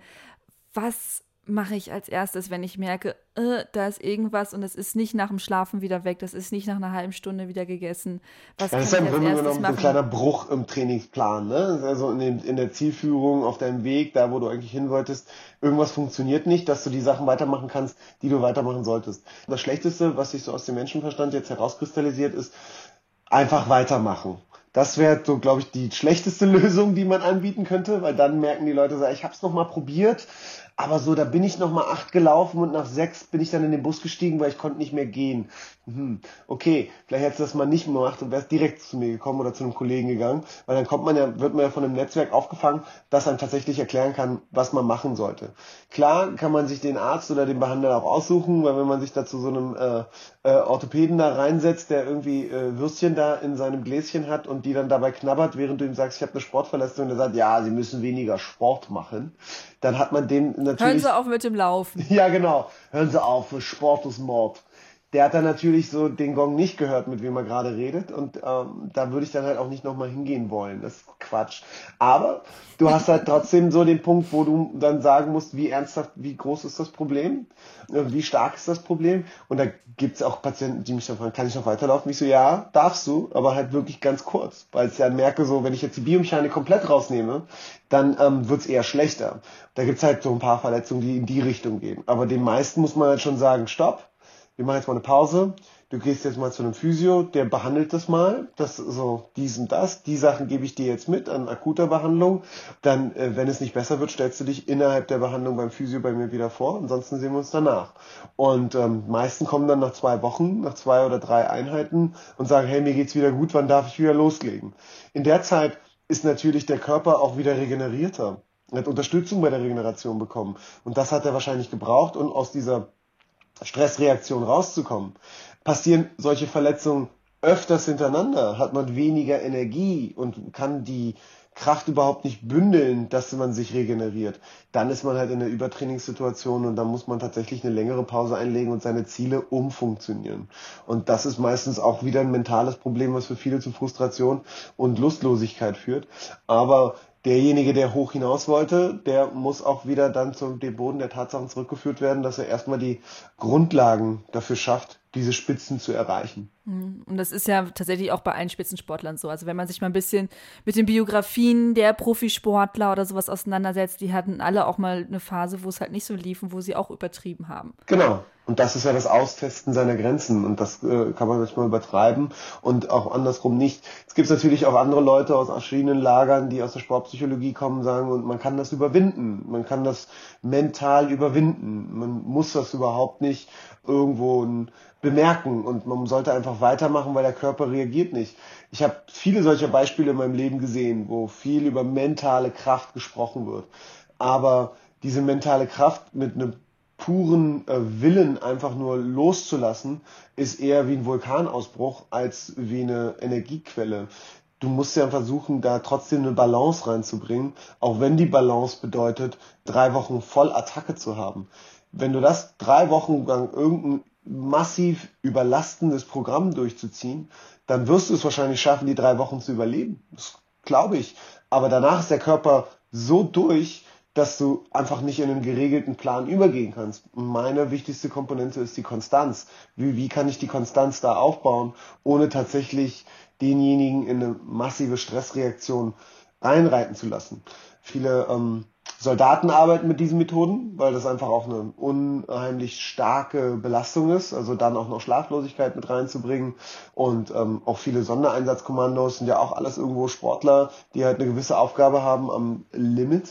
Speaker 2: Was mache ich als erstes, wenn ich merke, äh, da ist irgendwas und es ist nicht nach dem Schlafen wieder weg, das ist nicht nach einer halben Stunde wieder gegessen. Was
Speaker 1: Ja,
Speaker 2: kann
Speaker 1: das ist ja
Speaker 2: ich
Speaker 1: im
Speaker 2: als
Speaker 1: Grunde
Speaker 2: erstes
Speaker 1: genommen so ein
Speaker 2: machen?
Speaker 1: kleiner Bruch im Trainingsplan, ne? Das ist also in, dem, in der Zielführung, auf deinem Weg, da wo du eigentlich hin wolltest, irgendwas funktioniert nicht, dass du die Sachen weitermachen kannst, die du weitermachen solltest. Das Schlechteste, was sich so aus dem Menschenverstand jetzt herauskristallisiert, ist einfach weitermachen. Das wäre so, glaube ich, die schlechteste Lösung, die man anbieten könnte, weil dann merken die Leute so, ich habe es noch mal probiert, aber so, da bin ich noch mal acht gelaufen und nach sechs bin ich dann in den Bus gestiegen, weil ich konnte nicht mehr gehen. Hm, okay, vielleicht hättest du das mal nicht gemacht und wärst direkt zu mir gekommen oder zu einem Kollegen gegangen, weil dann kommt man ja, wird man ja von einem Netzwerk aufgefangen, das einem tatsächlich erklären kann, was man machen sollte. Klar kann man sich den Arzt oder den Behandler auch aussuchen, weil wenn man sich da zu so einem äh, äh, Orthopäden da reinsetzt, der irgendwie äh, Würstchen da in seinem Gläschen hat und die dann dabei knabbert, während du ihm sagst, ich habe eine Sportverletzung, und er sagt, ja, sie müssen weniger Sport machen, dann hat man dem
Speaker 2: Hören Sie
Speaker 1: natürlich,
Speaker 2: auf mit dem Laufen.
Speaker 1: ja genau, hören Sie auf, Sport ist Mord. Der hat dann natürlich so den Gong nicht gehört, mit wem er gerade redet und ähm, da würde ich dann halt auch nicht nochmal hingehen wollen. Das ist Quatsch. Aber du hast halt trotzdem so den Punkt, wo du dann sagen musst, wie ernsthaft, wie groß ist das Problem, äh, wie stark ist das Problem und da gibt es auch Patienten, die mich dann fragen, kann ich noch weiterlaufen? Ich so, ja, darfst du, aber halt wirklich ganz kurz, weil ich ja merke, so wenn ich jetzt die Biomechanik komplett rausnehme, dann ähm, wird es eher schlechter. Da gibt es halt so ein paar Verletzungen, die in die Richtung gehen. Aber den meisten muss man halt schon sagen, stopp, wir machen jetzt mal eine Pause, du gehst jetzt mal zu einem Physio, der behandelt das mal, das so dies und das, die Sachen gebe ich dir jetzt mit an akuter Behandlung, dann, äh, wenn es nicht besser wird, stellst du dich innerhalb der Behandlung beim Physio bei mir wieder vor, ansonsten sehen wir uns danach. Und ähm, meisten kommen dann nach zwei Wochen, nach zwei oder drei Einheiten und sagen, hey, mir geht's wieder gut, wann darf ich wieder loslegen? In der Zeit ist natürlich der Körper auch wieder regenerierter. Er hat Unterstützung bei der Regeneration bekommen und das hat er wahrscheinlich gebraucht und aus dieser Stressreaktion rauszukommen. Passieren solche Verletzungen öfters hintereinander, hat man weniger Energie und kann die Kraft überhaupt nicht bündeln, dass man sich regeneriert. Dann ist man halt in der Übertrainingssituation und dann muss man tatsächlich eine längere Pause einlegen und seine Ziele umfunktionieren. Und das ist meistens auch wieder ein mentales Problem, was für viele zu Frustration und Lustlosigkeit führt. Aber derjenige, der hoch hinaus wollte, der muss auch wieder dann zum dem Boden der Tatsachen zurückgeführt werden, dass er erstmal die Grundlagen dafür schafft, diese Spitzen zu erreichen.
Speaker 2: Und das ist ja tatsächlich auch bei allen Spitzensportlern so. Also wenn man sich mal ein bisschen mit den Biografien der Profisportler oder sowas auseinandersetzt, die hatten alle auch mal eine Phase, wo es halt nicht so lief und wo sie auch übertrieben haben.
Speaker 1: Genau. Und das ist ja das Austesten seiner Grenzen und das äh, kann man manchmal übertreiben und auch andersrum nicht. Es gibt natürlich auch andere Leute aus verschiedenen Lagern, die aus der Sportpsychologie kommen, sagen, und man kann das überwinden, man kann das mental überwinden, man muss das überhaupt nicht irgendwo bemerken und man sollte einfach weitermachen, weil der Körper reagiert nicht. Ich habe viele solcher Beispiele in meinem Leben gesehen, wo viel über mentale Kraft gesprochen wird, aber diese mentale Kraft mit einem puren äh, Willen einfach nur loszulassen, ist eher wie ein Vulkanausbruch als wie eine Energiequelle. Du musst ja versuchen, da trotzdem eine Balance reinzubringen, auch wenn die Balance bedeutet, drei Wochen voll Attacke zu haben. Wenn du das drei Wochen lang irgendein massiv überlastendes Programm durchzuziehen, dann wirst du es wahrscheinlich schaffen, die drei Wochen zu überleben. Das glaube ich. Aber danach ist der Körper so durch, dass du einfach nicht in einen geregelten Plan übergehen kannst. Meine wichtigste Komponente ist die Konstanz. Wie, wie kann ich die Konstanz da aufbauen, ohne tatsächlich denjenigen in eine massive Stressreaktion reinreiten zu lassen? Viele ähm, Soldaten arbeiten mit diesen Methoden, weil das einfach auch eine unheimlich starke Belastung ist, also dann auch noch Schlaflosigkeit mit reinzubringen und ähm, auch viele Sondereinsatzkommandos sind ja auch alles irgendwo Sportler, die halt eine gewisse Aufgabe haben am Limit,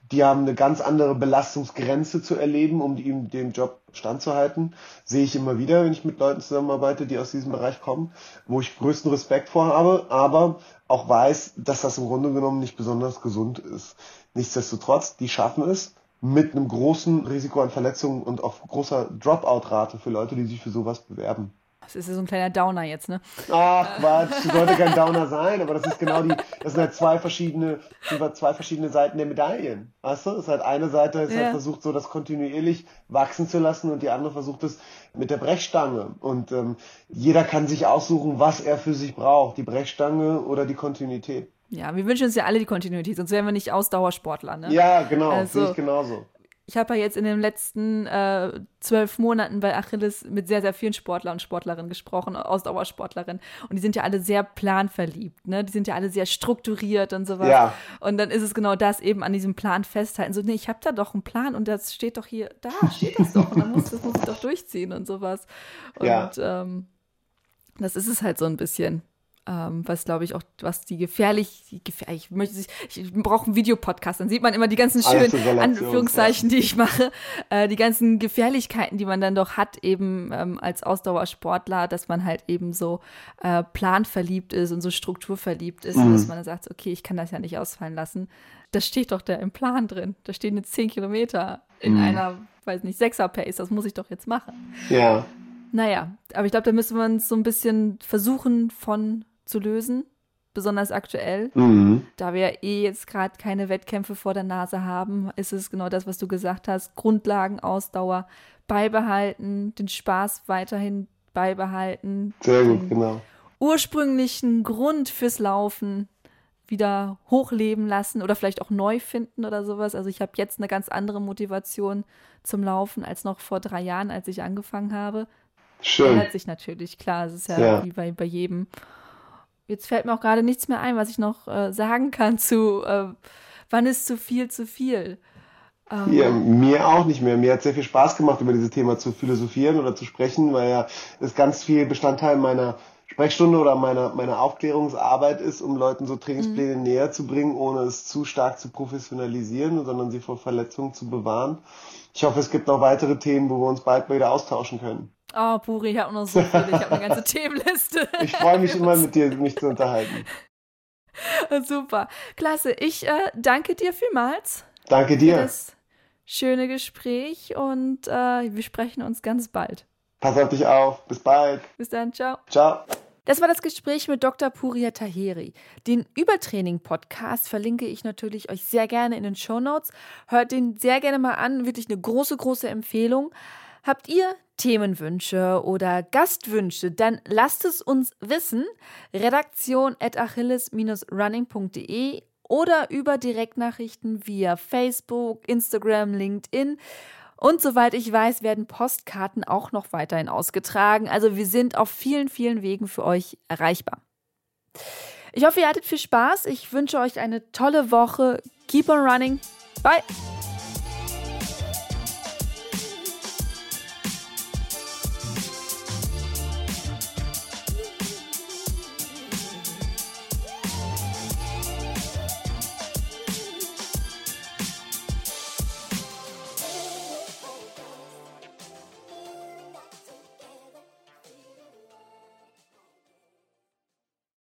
Speaker 1: die haben eine ganz andere Belastungsgrenze zu erleben, um ihm dem Job standzuhalten. Sehe ich immer wieder, wenn ich mit Leuten zusammenarbeite, die aus diesem Bereich kommen, wo ich größten Respekt vor habe, aber auch weiß, dass das im Grunde genommen nicht besonders gesund ist. Nichtsdestotrotz, die schaffen es mit einem großen Risiko an Verletzungen und auch großer Dropout-Rate für Leute, die sich für sowas bewerben.
Speaker 2: Das ist ja so ein kleiner Downer jetzt, ne?
Speaker 1: Ach Quatsch, das sollte kein Downer sein, aber das ist genau die, das sind halt zwei verschiedene, sind halt zwei verschiedene Seiten der Medaillen. Weißt du? Es ist halt eine Seite, ist
Speaker 2: Ja.
Speaker 1: halt versucht, so das kontinuierlich wachsen zu lassen und die andere versucht es mit der Brechstange. Und ähm, jeder kann sich aussuchen, was er für sich braucht, die Brechstange oder die Kontinuität.
Speaker 2: Ja, wir wünschen uns ja alle die Kontinuität, sonst wären wir nicht Ausdauersportler, ne?
Speaker 1: Ja, genau,
Speaker 2: Also,
Speaker 1: sehe ich genauso.
Speaker 2: Ich habe ja jetzt in den letzten äh, zwölf Monaten bei Achilles mit sehr, sehr vielen Sportlern und Sportlerinnen gesprochen, Ausdauersportlerinnen. Und die sind ja alle sehr planverliebt, ne? Die sind ja alle sehr strukturiert und sowas.
Speaker 1: Ja.
Speaker 2: Und dann ist es genau das, eben an diesem Plan festhalten. So, nee, ich habe da doch einen Plan und das steht doch hier, da steht das doch. Und dann muss das muss ich doch durchziehen und sowas. Und
Speaker 1: Ja.
Speaker 2: ähm, das ist es halt so ein bisschen. Ähm, was glaube ich auch, was die gefährlich, die gefährlich, ich möchte, ich, ich brauche einen Videopodcast, dann sieht man immer die ganzen schönen
Speaker 1: Isolation,
Speaker 2: Anführungszeichen, die ich mache, äh, die ganzen Gefährlichkeiten, die man dann doch hat, eben ähm, als Ausdauersportler, dass man halt eben so äh, planverliebt ist und so strukturverliebt ist,
Speaker 1: Mhm.
Speaker 2: und dass man dann sagt, okay, ich kann das ja nicht ausfallen lassen. Das steht doch da im Plan drin. Da stehen jetzt zehn Kilometer in
Speaker 1: Mhm.
Speaker 2: einer, weiß nicht, Sechser-Pace, das muss ich doch jetzt machen.
Speaker 1: Ja.
Speaker 2: Naja, aber ich glaube, da müssen wir uns so ein bisschen versuchen von zu lösen, besonders aktuell.
Speaker 1: Mhm.
Speaker 2: Da wir ja eh jetzt gerade keine Wettkämpfe vor der Nase haben, ist es genau das, was du gesagt hast, Grundlagenausdauer beibehalten, den Spaß weiterhin beibehalten,
Speaker 1: Sehr gut,
Speaker 2: den
Speaker 1: genau.
Speaker 2: ursprünglichen Grund fürs Laufen wieder hochleben lassen oder vielleicht auch neu finden oder sowas. Also ich habe jetzt eine ganz andere Motivation zum Laufen als noch vor drei Jahren, als ich angefangen habe.
Speaker 1: Schön.
Speaker 2: Ändert sich natürlich, klar, es ist ja,
Speaker 1: Ja.
Speaker 2: wie bei, bei jedem. Jetzt fällt mir auch gerade nichts mehr ein, was ich noch äh, sagen kann zu, äh, wann ist zu viel zu viel. Ähm,
Speaker 1: Ja, mir auch nicht mehr. Mir hat sehr viel Spaß gemacht, über dieses Thema zu philosophieren oder zu sprechen, weil ja es ganz viel Bestandteil meiner Sprechstunde oder meiner, meiner Aufklärungsarbeit ist, um Leuten so Trainingspläne näher zu bringen, ohne es zu stark zu professionalisieren, sondern sie vor Verletzungen zu bewahren. Ich hoffe, es gibt noch weitere Themen, wo wir uns bald wieder austauschen können.
Speaker 2: Oh, Puri, ich habe noch so viele, ich habe eine ganze Themenliste.
Speaker 1: Ich freue mich immer, mit dir mich zu unterhalten.
Speaker 2: Super, klasse. Ich äh, danke dir vielmals
Speaker 1: Danke
Speaker 2: für
Speaker 1: dir.
Speaker 2: das schöne Gespräch und äh, wir sprechen uns ganz bald.
Speaker 1: Pass auf dich auf. Bis bald.
Speaker 2: Bis dann, ciao.
Speaker 1: Ciao.
Speaker 2: Das war das Gespräch mit Doktor Pouria Taheri. Den Übertraining-Podcast verlinke ich natürlich euch sehr gerne in den Shownotes. Hört den sehr gerne mal an, wirklich eine große, große Empfehlung. Habt ihr Themenwünsche oder Gastwünsche, dann lasst es uns wissen. Redaktion at achilles running punkt de oder über Direktnachrichten via Facebook, Instagram, LinkedIn. Und soweit ich weiß, werden Postkarten auch noch weiterhin ausgetragen. Also wir sind auf vielen, vielen Wegen für euch erreichbar. Ich hoffe, ihr hattet viel Spaß. Ich wünsche euch eine tolle Woche. Keep on running. Bye.